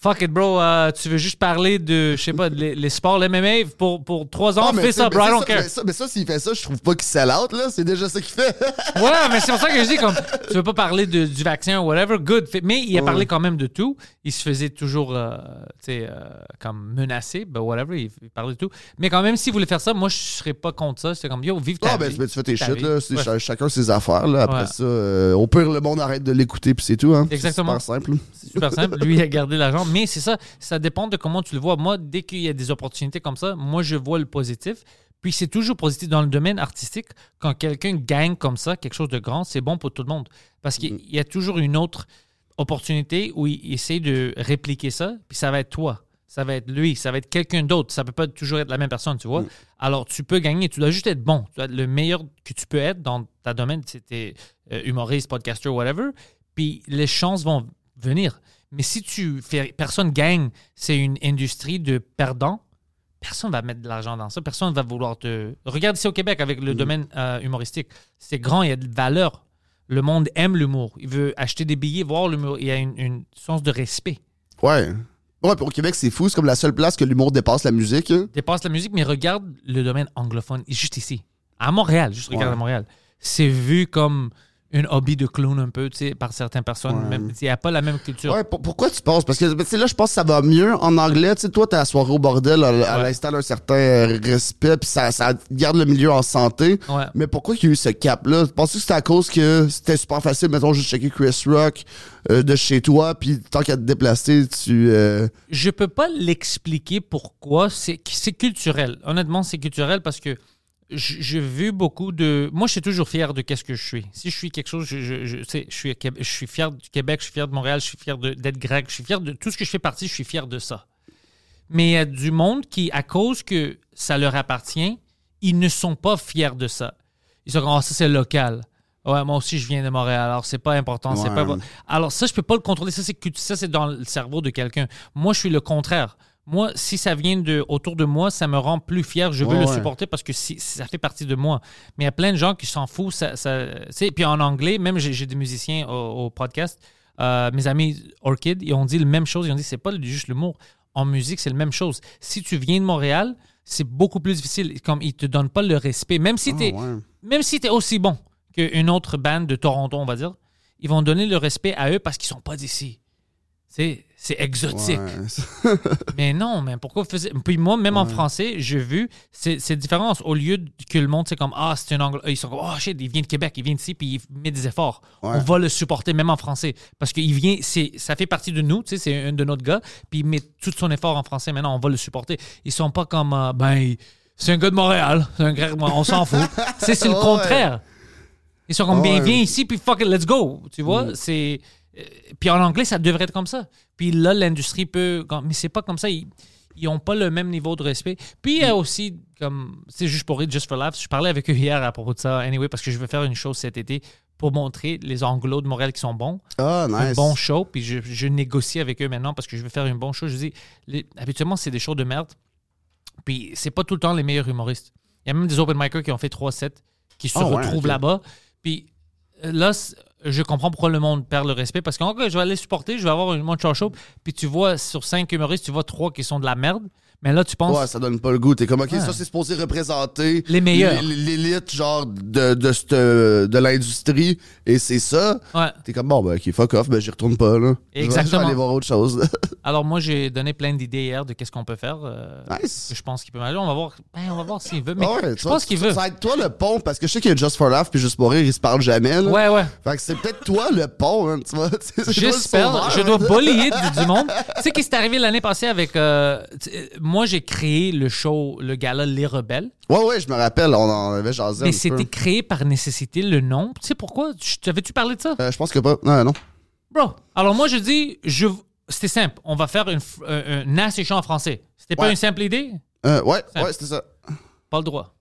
fuck it, bro, euh, tu veux juste parler de, je sais pas, les, les sports, l'M M A pour, pour trois ans, Ah, mais fais tu sais, ça, mais bro, I c'est don't ça, care. Mais ça, mais ça, s'il fait ça, je trouve pas qu'il sell out, là. C'est déjà ça qu'il fait. Ouais, mais c'est pour ça que je dis, comme, tu veux pas parler de, du vaccin ou whatever, good. Fait- Mais il a Ouais. parlé quand même de tout. Il se faisait toujours, euh, tu sais, euh, comme menacé, ben whatever, il, il parlait de tout. Mais quand même, s'il voulait faire ça, moi, je serais pas contre ça. C'était comme, yo, vive ta Ah, ben, vie. tu fais tes Ta shit, vie. là. C'est Ouais. ch- chacun ses affaires, là. Après Ouais. ça, euh, au pire, le monde arrête de l'écouter, puis c'est tout, hein. Exactement. C'est super simple. C'est super simple. Lui, il a gardé l'argent. Mais c'est ça, ça dépend de comment tu le vois. Moi, dès qu'il y a des opportunités comme ça, moi, je vois le positif. Puis c'est toujours positif dans le domaine artistique. Quand quelqu'un gagne comme ça, quelque chose de grand, c'est bon pour tout le monde. Parce qu'il y a toujours une autre opportunité où il il essaie de répliquer ça, puis ça va être toi. Ça va être lui, ça va être quelqu'un d'autre. Ça peut pas toujours être la même personne, tu vois. Alors, tu peux gagner. Tu dois juste être bon. Tu dois être le meilleur que tu peux être dans ta domaine. C'était euh, humoriste, podcaster, whatever. Puis les chances vont venir. Mais si tu fais personne gagne, c'est une industrie de perdants. Personne va mettre de l'argent dans ça. Personne va vouloir te. Regarde ici au Québec avec le domaine euh, humoristique. C'est grand, il y a de valeur. Le monde aime l'humour. Il veut acheter des billets, voir l'humour. Il y a une, une sens de respect. Ouais. Ouais, puis au Québec, c'est fou. C'est comme la seule place que l'humour dépasse la musique, hein. Dépasse la musique, mais regarde le domaine anglophone, juste ici. À Montréal, juste regarde Ouais. à Montréal. C'est vu comme un hobby de clown un peu, tu sais, par certaines personnes. Ouais. Même, il n'y a pas la même culture. Ouais, pour- pourquoi tu penses? Parce que tu sais, là, je pense que ça va mieux en anglais. Tu sais, toi, t'as la soirée au bordel, à, à Ouais. l'instant d'un certain euh, respect, puis ça, ça garde le milieu en santé. Ouais. Mais pourquoi il y a eu ce cap-là? Penses-tu que c'était à cause que c'était super facile, mettons, juste checker Chris Rock euh, de chez toi, puis tant qu'à te déplacer, tu... euh, Je peux pas l'expliquer pourquoi. C'est c'est culturel. Honnêtement, c'est culturel parce que j- j'ai vu beaucoup de. Moi, je suis toujours fier de qu'est-ce que je suis. Si je suis quelque chose, je, je, je, tu sais, je, suis, à Québec- je suis fier du Québec, je suis fier de Montréal, je suis fier de- d'être grec, je suis fier de tout ce que je fais partie, je suis fier de ça. Mais il y a du monde qui, à cause que ça leur appartient, ils ne sont pas fiers de ça. Ils sont comme, ah, ça, c'est local. Ouais, moi aussi, je viens de Montréal. Alors, c'est pas important. C'est Ouais. pas... Alors, ça, je peux pas le contrôler. Ça, c'est que- ça, c'est dans le cerveau de quelqu'un. Moi, je suis le contraire. Moi, si ça vient de autour de moi, ça me rend plus fier. Je veux Ouais, le ouais. supporter parce que si, ça fait partie de moi. Mais il y a plein de gens qui s'en foutent. Ça, ça, tu sais, puis en anglais, même j'ai, j'ai des musiciens au, au podcast. Euh, mes amis Orchid, ils ont dit la même chose. Ils ont dit c'est pas juste l'humour. En musique, c'est la même chose. Si tu viens de Montréal, c'est beaucoup plus difficile. Comme ils te donnent pas le respect. Même si ah, tu es ouais. même si tu es aussi bon qu'une autre bande de Toronto, on va dire, ils vont donner le respect à eux parce qu'ils sont pas d'ici. C'est, c'est exotique. Ouais. Mais non, mais pourquoi vous faisiez... Puis moi, même en français, j'ai vu c'est, c'est différence. Au lieu de- que le monde, c'est comme, ah, c'est un anglais. Ils sont comme, oh shit, il vient de Québec, il vient d'ici, puis il met des efforts. Ouais. On va le supporter, même en français. Parce qu'il vient, c'est, ça fait partie de nous, tu sais, c'est un de notre gars, puis il met tout son effort en français. Maintenant, on va le supporter. Ils sont pas comme, euh, ben, il- c'est un gars de Montréal, c'est un grec, on s'en fout. c'est, c'est le Ouais. contraire. Ils sont comme, Ouais. bien, viens ici, puis fuck it, let's go. Tu vois, Mm. c'est. euh, Puis en anglais, ça devrait être comme ça. Puis là, l'industrie peut. Mais c'est pas comme ça. Ils ils ont pas le même niveau de respect. Puis il y a aussi, comme. C'est juste pour rire, Just for Laughs. Je parlais avec eux hier à propos de ça, anyway, parce que je veux faire une chose cet été pour montrer les Anglos de Montréal qui sont bons. Ah, Un nice. bon show. Puis je, je négocie avec eux maintenant parce que je veux faire une bonne show. Je dis, les- habituellement, c'est des shows de merde. Puis c'est pas tout le temps les meilleurs humoristes. Il y a même des open micers qui ont fait trois sets qui se Ah ouais, retrouvent ok. là-bas. Puis euh, là, c- je comprends pourquoi le monde perd le respect parce que ok, je vais aller supporter, je vais avoir une bonne show. Puis tu vois, sur cinq humoristes, tu vois trois qui sont de la merde. Mais là, tu penses. Ouais, ça donne pas le goût. T'es comme, OK, Ouais. ça, c'est supposé représenter... Les meilleurs. l- L'élite, genre, de, de, cette- de l'industrie. Et c'est ça. Ouais. T'es comme, bon, ben, OK, fuck off, ben, j'y retourne pas, là. Je vais- Je vais Exactement. aller voir autre chose. Alors moi, j'ai donné plein d'idées hier de qu'est-ce qu'on peut faire. euh, Nice. que je pense qu'il peut marcher. On va voir. Ben, on va voir s'il veut. Mais Ah ouais, je tu pense vois, qu'il ça- veut. Ça va être toi le pont, parce que je sais qu'il y a Just for Laugh puis Juste pour rire, ils se parlent jamais, là. Ouais, ouais. Fait que c'est peut-être toi le pont, hein, tu vois. C'est toi le J'espère. sauveur, Je hein. dois balayer du, du monde. Tu sais qu'est-ce qui est arrivé l'année passée avec... euh, tu- euh, moi, j'ai créé le show, le gala Les Rebelles. Ouais, ouais, je me rappelle, on en avait jasé un Mais petit c'était peu. créé par nécessité, le nom. Tu sais pourquoi? Tu- T'avais-tu parlé de ça? Euh, je pense que pas. Non, non. Bro, alors moi, je dis... Je, c'était simple. On va faire une, f- un, un nasty show en français. C'était pas Ouais. une simple idée? Euh, ouais, Simple. ouais, c'était ça. Pas le droit.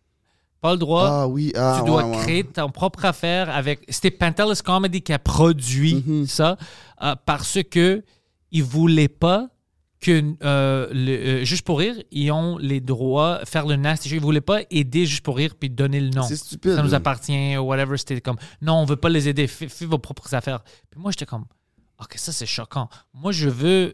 Pas le droit. Ah oui, ah tu dois ouais, ouais. créer ton propre affaire avec. C'était Pantelis Comedy qui a produit Mhm. ça euh, parce que ils voulaient pas que euh, le, euh, Juste pour rire, ils ont les droits faire le nasty show. Ils voulaient pas aider Juste pour rire puis donner le nom. C'est stupide. Ça nous là. appartient, whatever. C'était comme non, on veut pas les aider. Faites, faites vos propres affaires. Puis moi, j'étais comme ok, ça c'est choquant. Moi, je veux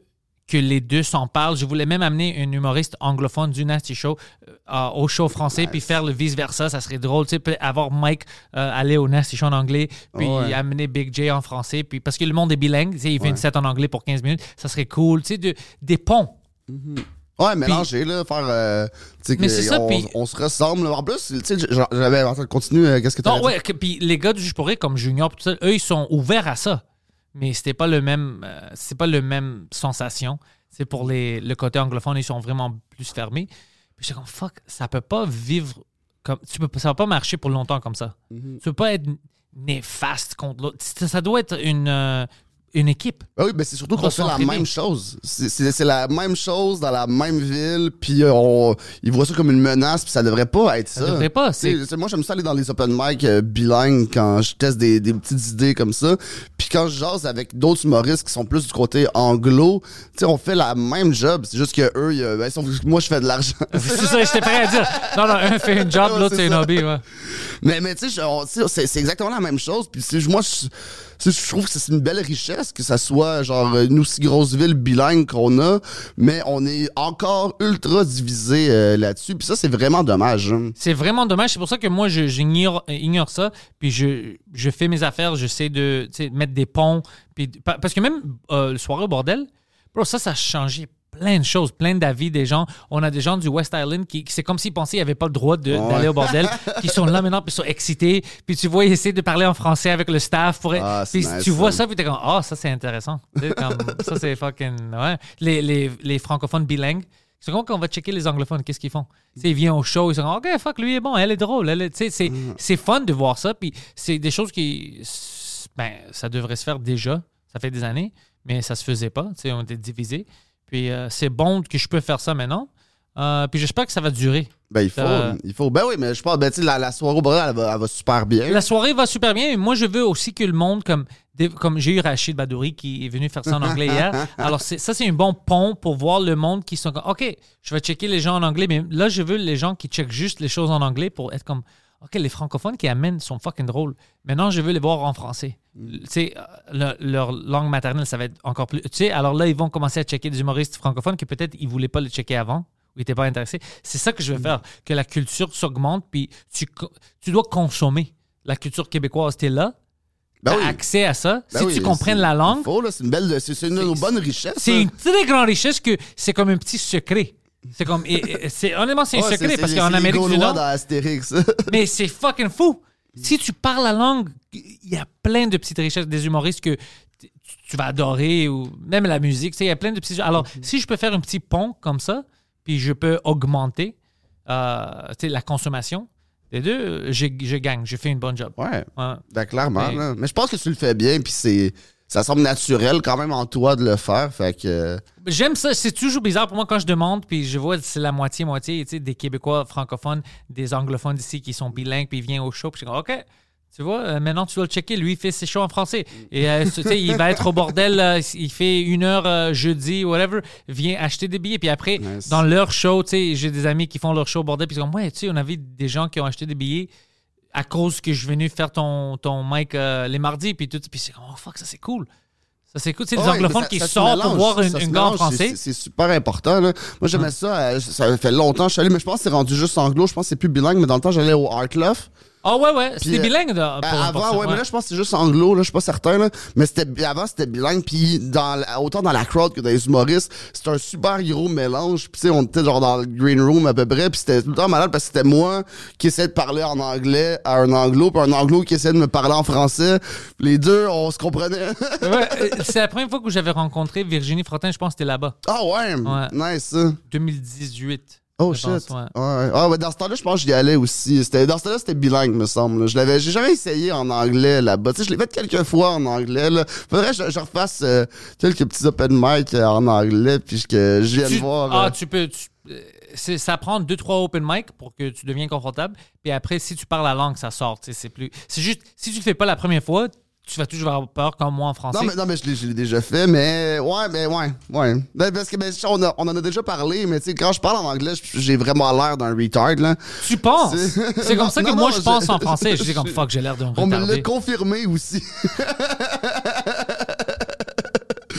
que les deux s'en parlent. Je voulais même amener un humoriste anglophone du Nasty Show euh, au show français, nice. Puis faire le vice-versa. Ça serait drôle, tu sais, avoir Mike euh, aller au Nasty Show en anglais, puis oh ouais. amener Big J en français, puis parce que le monde est bilingue, tu sais, il fait ouais. une set en anglais pour quinze minutes, ça serait cool, tu sais, de, des ponts. Mm-hmm. Ouais, mélanger, là, faire. Euh, tu sais, mais c'est ça, on, pis... on se ressemble. En plus, tu sais, j'avais. Continue, euh, qu'est-ce que tu as dit? Non, ouais, puis les gars du Juge pour rire, comme Junior, tout ça, eux, ils sont ouverts à ça. Mais c'était pas le même. Euh, c'est pas le même sensation. C'est pour les, le côté anglophone, ils sont vraiment plus fermés. Puis j'étais comme, fuck, ça peut pas vivre comme. Tu peux, ça va pas marcher pour longtemps comme ça. Mm-hmm. Tu peux pas être néfaste contre l'autre. Ça, ça doit être une. Euh, Une équipe. Ah oui, mais c'est surtout qu'on fait la même chose. C'est, c'est, c'est la même chose dans la même ville, puis on, ils voient ça comme une menace, puis ça devrait pas être ça. Ça devrait pas. C'est... C'est, moi, j'aime ça aller dans les open mic euh, bilingues quand je teste des, des petites idées comme ça. Puis quand je jase avec d'autres humoristes qui sont plus du côté anglo, tu sais, on fait la même job. C'est juste que eux, ils, ben, sont, moi, je fais de l'argent. C'est ça, j'étais prêt à dire. Non, non, un fait un job, ouais, l'autre, c'est, c'est un hobby. Ouais. Mais, mais tu sais, c'est, c'est exactement la même chose. Puis moi, je... Je trouve que c'est une belle richesse que ça soit genre une aussi grosse ville bilingue qu'on a, mais on est encore ultra divisé euh, là-dessus. Puis ça, c'est vraiment dommage. Hein. C'est vraiment dommage. C'est pour ça que moi, je, j'ignore ignore ça. Puis je, je fais mes affaires. J'essaie de mettre des ponts. Puis, parce que même euh, le soirée au bordel, bro, ça, ça a changé plein de choses, plein d'avis des gens. On a des gens du West Island qui, qui c'est comme s'ils pensaient qu'ils n'avaient pas le droit de, ouais. d'aller au bordel, qui sont là maintenant, puis ils sont excités. Puis tu vois, ils essaient de parler en français avec le staff. Pour... Ah, puis nice, tu vois ça, puis t'es comme, ah, oh, ça c'est intéressant. Comme, ça c'est fucking. Ouais. Les, les, les francophones bilingues, c'est comme quand on va checker les anglophones, qu'est-ce qu'ils font? T'sais, ils viennent au show, ils sont comme, OK, fuck, lui est bon, elle est drôle. Elle est... c'est, mm. c'est fun de voir ça, puis c'est des choses qui. Ben, ça devrait se faire déjà. Ça fait des années, mais ça se faisait pas. On était divisés. Puis euh, c'est bon que je peux faire ça maintenant. Euh, puis j'espère que ça va durer. Ben il faut, euh, il faut. Ben oui, mais je pense, ben tu sais, la, la soirée au bordel, elle va, elle va super bien. La soirée va super bien. Et moi, je veux aussi que le monde, comme, comme j'ai eu Rachid Badouri qui est venu faire ça en anglais hier. Alors c'est, ça, c'est un bon pont pour voir le monde qui sont comme, OK, je vais checker les gens en anglais, mais là, je veux les gens qui checkent juste les choses en anglais pour être comme, OK, les francophones qui amènent sont fucking drôles. Maintenant, je veux les voir en français. Mm. Tu sais, le, leur langue maternelle, ça va être encore plus... Tu sais, alors là, ils vont commencer à checker des humoristes francophones que peut-être ils ne voulaient pas les checker avant ou ils n'étaient pas intéressés. C'est ça que je veux mm. faire, que la culture s'augmente, puis tu, tu dois consommer la culture québécoise. Tu es là, ben tu as oui. accès à ça. Ben si oui, tu comprennes la langue... Faut, là, c'est une belle... C'est, c'est une c'est, bonne richesse. C'est là. Une très grande richesse que c'est comme un petit secret. C'est comme. Et, et, c'est, honnêtement, c'est un ouais, secret c'est, parce c'est, qu'en c'est Amérique du Nord. Dans Astérix. Mais c'est fucking fou. Si tu parles la langue, il y a plein de petites richesses, des humoristes que t- tu vas adorer, ou même la musique. Il y a plein de petits. Alors, mm-hmm. si je peux faire un petit pont comme ça, puis je peux augmenter euh, la consommation des deux, je, je gagne. J'ai fait une bonne job. Ouais. ouais. Ben, clairement. Mais, là. Mais je pense que tu le fais bien, puis c'est. Ça semble naturel quand même en toi de le faire, fait que... J'aime ça. C'est toujours bizarre pour moi quand je demande, puis je vois c'est la moitié-moitié, tu sais, des Québécois francophones, des anglophones d'ici qui sont bilingues, puis ils viennent au show, puis je dis, OK, tu vois, euh, maintenant tu dois le checker. Lui, il fait ses shows en français. Et euh, tu sais, il va être au bordel, euh, il fait une heure euh, jeudi, whatever, vient acheter des billets. Puis après, nice. Dans leur show, tu sais, j'ai des amis qui font leur show au bordel, puis ils sont comme, ouais, tu sais, on a vu des gens qui ont acheté des billets à cause que je suis venu faire ton, ton mic euh, les mardis, puis tout. Puis c'est comme, oh fuck, ça c'est cool. Ça c'est cool. C'est des oh, anglophones ça, qui ça sortent pour voir une, une gare en français. C'est, c'est super important. Là. Moi, j'aimais hum. ça. Euh, ça fait longtemps que je suis allé, mais je pense que c'est rendu juste anglo. Je pense que c'est plus bilingue, mais dans le temps, j'allais au Art Loft. Ah ouais, ouais, c'était euh, bilingue. De, pour, avant, pour ouais, ouais, mais là, je pense que c'est juste anglo, là, je suis pas certain, là. Mais c'était, avant, c'était bilingue, puis dans, autant dans la crowd que dans les humoristes, c'était un super gros mélange, puis tu sais, on était genre dans le green room à peu près, puis c'était tout le temps malade parce que c'était moi qui essayais de parler en anglais à un anglo, puis un anglo qui essayait de me parler en français. Les deux, on se comprenait. Ouais, c'est la première fois que j'avais rencontré Virginie Frottin, je pense que c'était là-bas. Ah ouais, ouais. Nice, ça. deux mille dix-huit. Oh shit. Pense, ouais. Ouais. Ah ouais, dans ce temps-là, je pense que j'y allais aussi. C'était, dans ce temps-là, c'était bilingue, me semble. Je l'avais, j'ai jamais essayé en anglais là-bas. Tu sais, je l'ai fait quelques fois en anglais. Là. Faudrait que je, je refasse euh, quelques petits open mic en anglais, puis que je vienne tu, voir. Ah, euh... tu peux. Tu, c'est, ça prend deux trois open mic pour que tu deviennes confortable. Puis après, si tu parles la langue, ça sort. C'est plus. C'est juste, si tu le fais pas la première fois, tu vas toujours avoir peur comme moi en français. Non, mais, non, mais je, l'ai, je l'ai déjà fait, mais ouais, mais ouais, ouais. Ben, parce que ben, on, a, on en a déjà parlé, mais tu sais, quand je parle en anglais, j'ai vraiment l'air d'un retard, là. Tu penses? C'est, c'est comme non, ça que non, moi, non, je pense je, en français. Je dis comme fuck, j'ai l'air d'un retardé. On me l'a confirmé aussi. C'est pas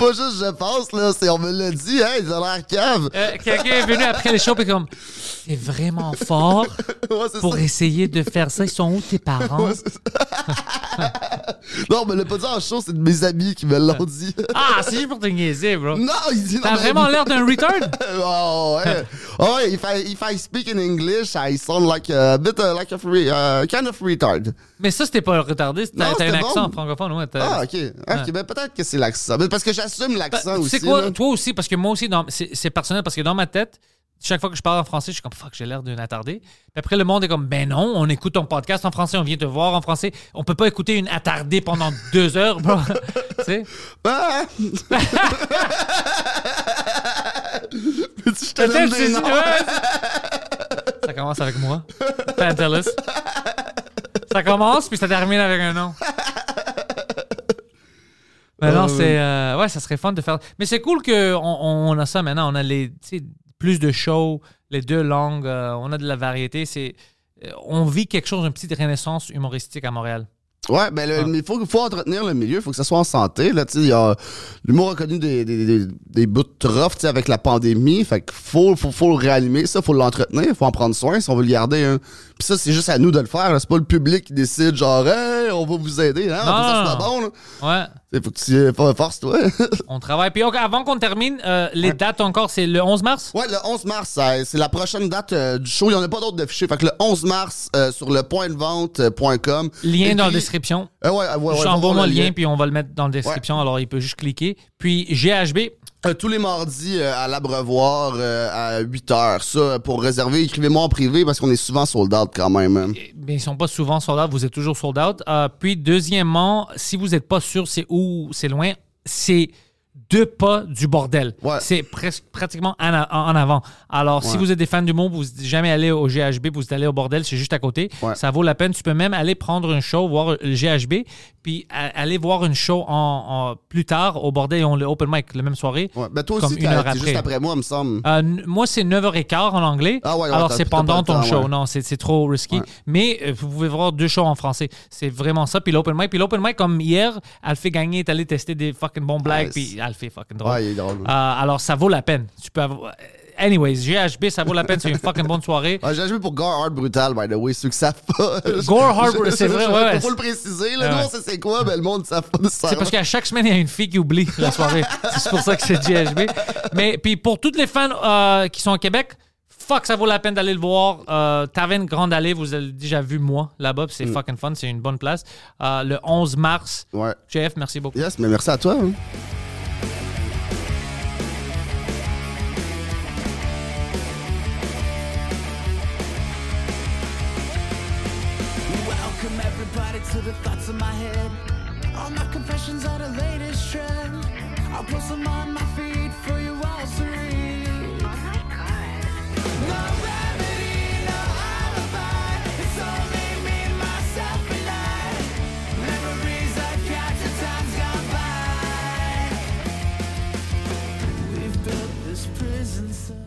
pas juste je pense, là. C'est, on me l'a dit, hey, ils ont l'air cave. Euh, quelqu'un est venu après le show et comme c'est vraiment fort Ouais, c'est pour ça. essayer de faire ça. Ils sont où tes parents? Ouais, c'est ça. Non, on me l'a pas dit en show, c'est de mes amis qui me l'ont dit. Ah, c'est juste pour te niaiser, bro. Non, il dit T'as non, mais- vraiment l'air d'un retard? Oh, ouais. Oh, ouais, if I, if I speak in English, I sound like a bit uh, like a free, uh, kind of retard. Mais ça, c'était pas retardé. T'as, Non, t'as un c'était accent bon. francophone, ouais. t'as- Ah, ok. Ok, ben peut-être que c'est l'accent. Mais parce que j'assume l'accent Ben, tu aussi. sais quoi, là. toi aussi, parce que moi aussi, dans- c'est, c'est personnel, parce que dans ma tête, chaque fois que je parle en français, je suis comme fuck, j'ai l'air d'un attardé. Puis après, le monde est comme ben non, on écoute ton podcast en français, on vient te voir en français. On peut pas écouter une attardée pendant deux heures, bro. Tu sais? Ah! Peux-tu je te donne Peut-être des c'est- noms? ouais. Ça commence avec moi. Fantalus. Ça commence, puis ça termine avec un nom. Mais non, Euh, c'est. euh, ouais, ça serait fun de faire. Mais c'est cool qu'on on a ça maintenant. On a les, tu sais, plus de shows, les deux langues, euh, on a de la variété. C'est, euh, on vit quelque chose, une petite renaissance humoristique à Montréal. Ouais, ben, le- Ah. mais il faut, faut entretenir le milieu, il faut que ça soit en santé. Là, tu sais, il y a, l'humour a connu des, des, des, des bouts de rough, tu sais, avec la pandémie. Fait qu'il faut, faut, faut le réanimer, ça, faut l'entretenir, il faut en prendre soin si on veut le garder. Hein. Puis ça, c'est juste à nous de le faire. là. C'est pas le public qui décide, genre, hey, on va vous aider. Hein, Non, faut que ça non, soit non. bon. Là. Ouais, Il faut que tu faut- force-toi. on travaille. Puis ok, avant qu'on termine, euh, les dates encore, c'est le onze mars? Ouais, le onze mars, ça- c'est la prochaine date euh, du show. Il n'y en a pas d'autres de fichiers. Fait que le onze mars, euh, sur le point de vente point com. Lien Et dans la puis- description. Euh, ouais, ouais, ouais, Je ouais, envoie-moi va le voir lien, puis on va le mettre dans la description. Alors, il peut juste cliquer. Puis G H B, Euh, tous les mardis euh, à l'Abreuvoir euh, à huit heures. Ça, pour réserver, écrivez-moi en privé parce qu'on est souvent sold out quand même. hein. mais ils sont pas souvent sold out, vous êtes toujours sold out. Euh, puis, deuxièmement, si vous n'êtes pas sûr c'est où, c'est loin, c'est deux pas du bordel. Ouais. C'est presque pratiquement en, a- en avant. Alors, si Ouais. vous êtes des fans d'humour, vous n'êtes jamais allé au G H B, vous êtes allé au bordel, c'est juste à côté. Ouais. Ça vaut la peine. Tu peux même aller prendre un show, voir le G H B, puis a- aller voir une show en, en- plus tard au bordel. Ils ont le open mic la même soirée. Ouais. Ben toi Comme aussi, une t'as- heure t'es après. juste après moi, me semble. Euh, n- moi, c'est neuf heures quinze en anglais. Ah ouais, ouais, Alors, t'as- c'est t'as pas pendant le ton temps, show. ouais. Non, c'est, c'est trop risky. Ouais. Mais euh, vous pouvez voir deux shows en français. C'est vraiment ça. Puis l'open mic. Puis l'open mic, comme hier, elle fait gagner, est allée tester des fucking bons blagues. Nice. Puis elle fait fucking drôle. Ouais, il est drôle. Euh, alors, ça vaut la peine. Tu peux avoir... Anyways, G H B, ça vaut la peine. C'est une fucking bonne soirée. Ouais, j'ai joué pour Gore Hard Brutal, by the way, ceux qui savent pas. Gore Hard Brutal, c'est vrai, ouais, ouais. Faut le préciser, là. Ah Nous, ouais. on sait c'est quoi, mais le monde ne savent pas C'est nécessairement. parce qu'à chaque semaine, il y a une fille qui oublie la soirée. C'est pour ça que c'est G H B. Mais puis pour tous les fans euh, qui sont à Québec, fuck, ça vaut la peine d'aller le voir. Euh, Taverne Grande Allée, vous avez déjà vu moi là-bas, puis c'est fucking fun, c'est une bonne place. Euh, le onze mars. Ouais. J F, merci beaucoup. Yes, mais merci à toi. hein. Welcome everybody to the thoughts in my head. All my confessions are the latest trend. I'll post them on my feed for you all to read. No remedy, no alibi. It's only me, myself, and I. Memories I've captured, times gone by. We've built this prison cell.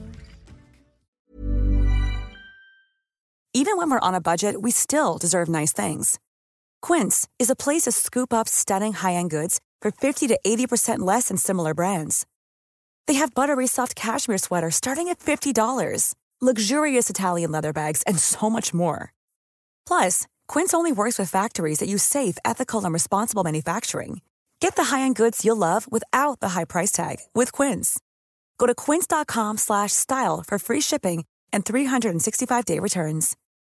Even when we're on a budget, we still deserve nice things. Quince is a place to scoop up stunning high-end goods for fifty to eighty percent less than similar brands. They have buttery soft cashmere sweaters starting at fifty dollars, luxurious Italian leather bags, and so much more. Plus, Quince only works with factories that use safe, ethical, and responsible manufacturing. Get the high-end goods you'll love without the high price tag with Quince. Go to quince.com slash style for free shipping and three sixty-five day returns.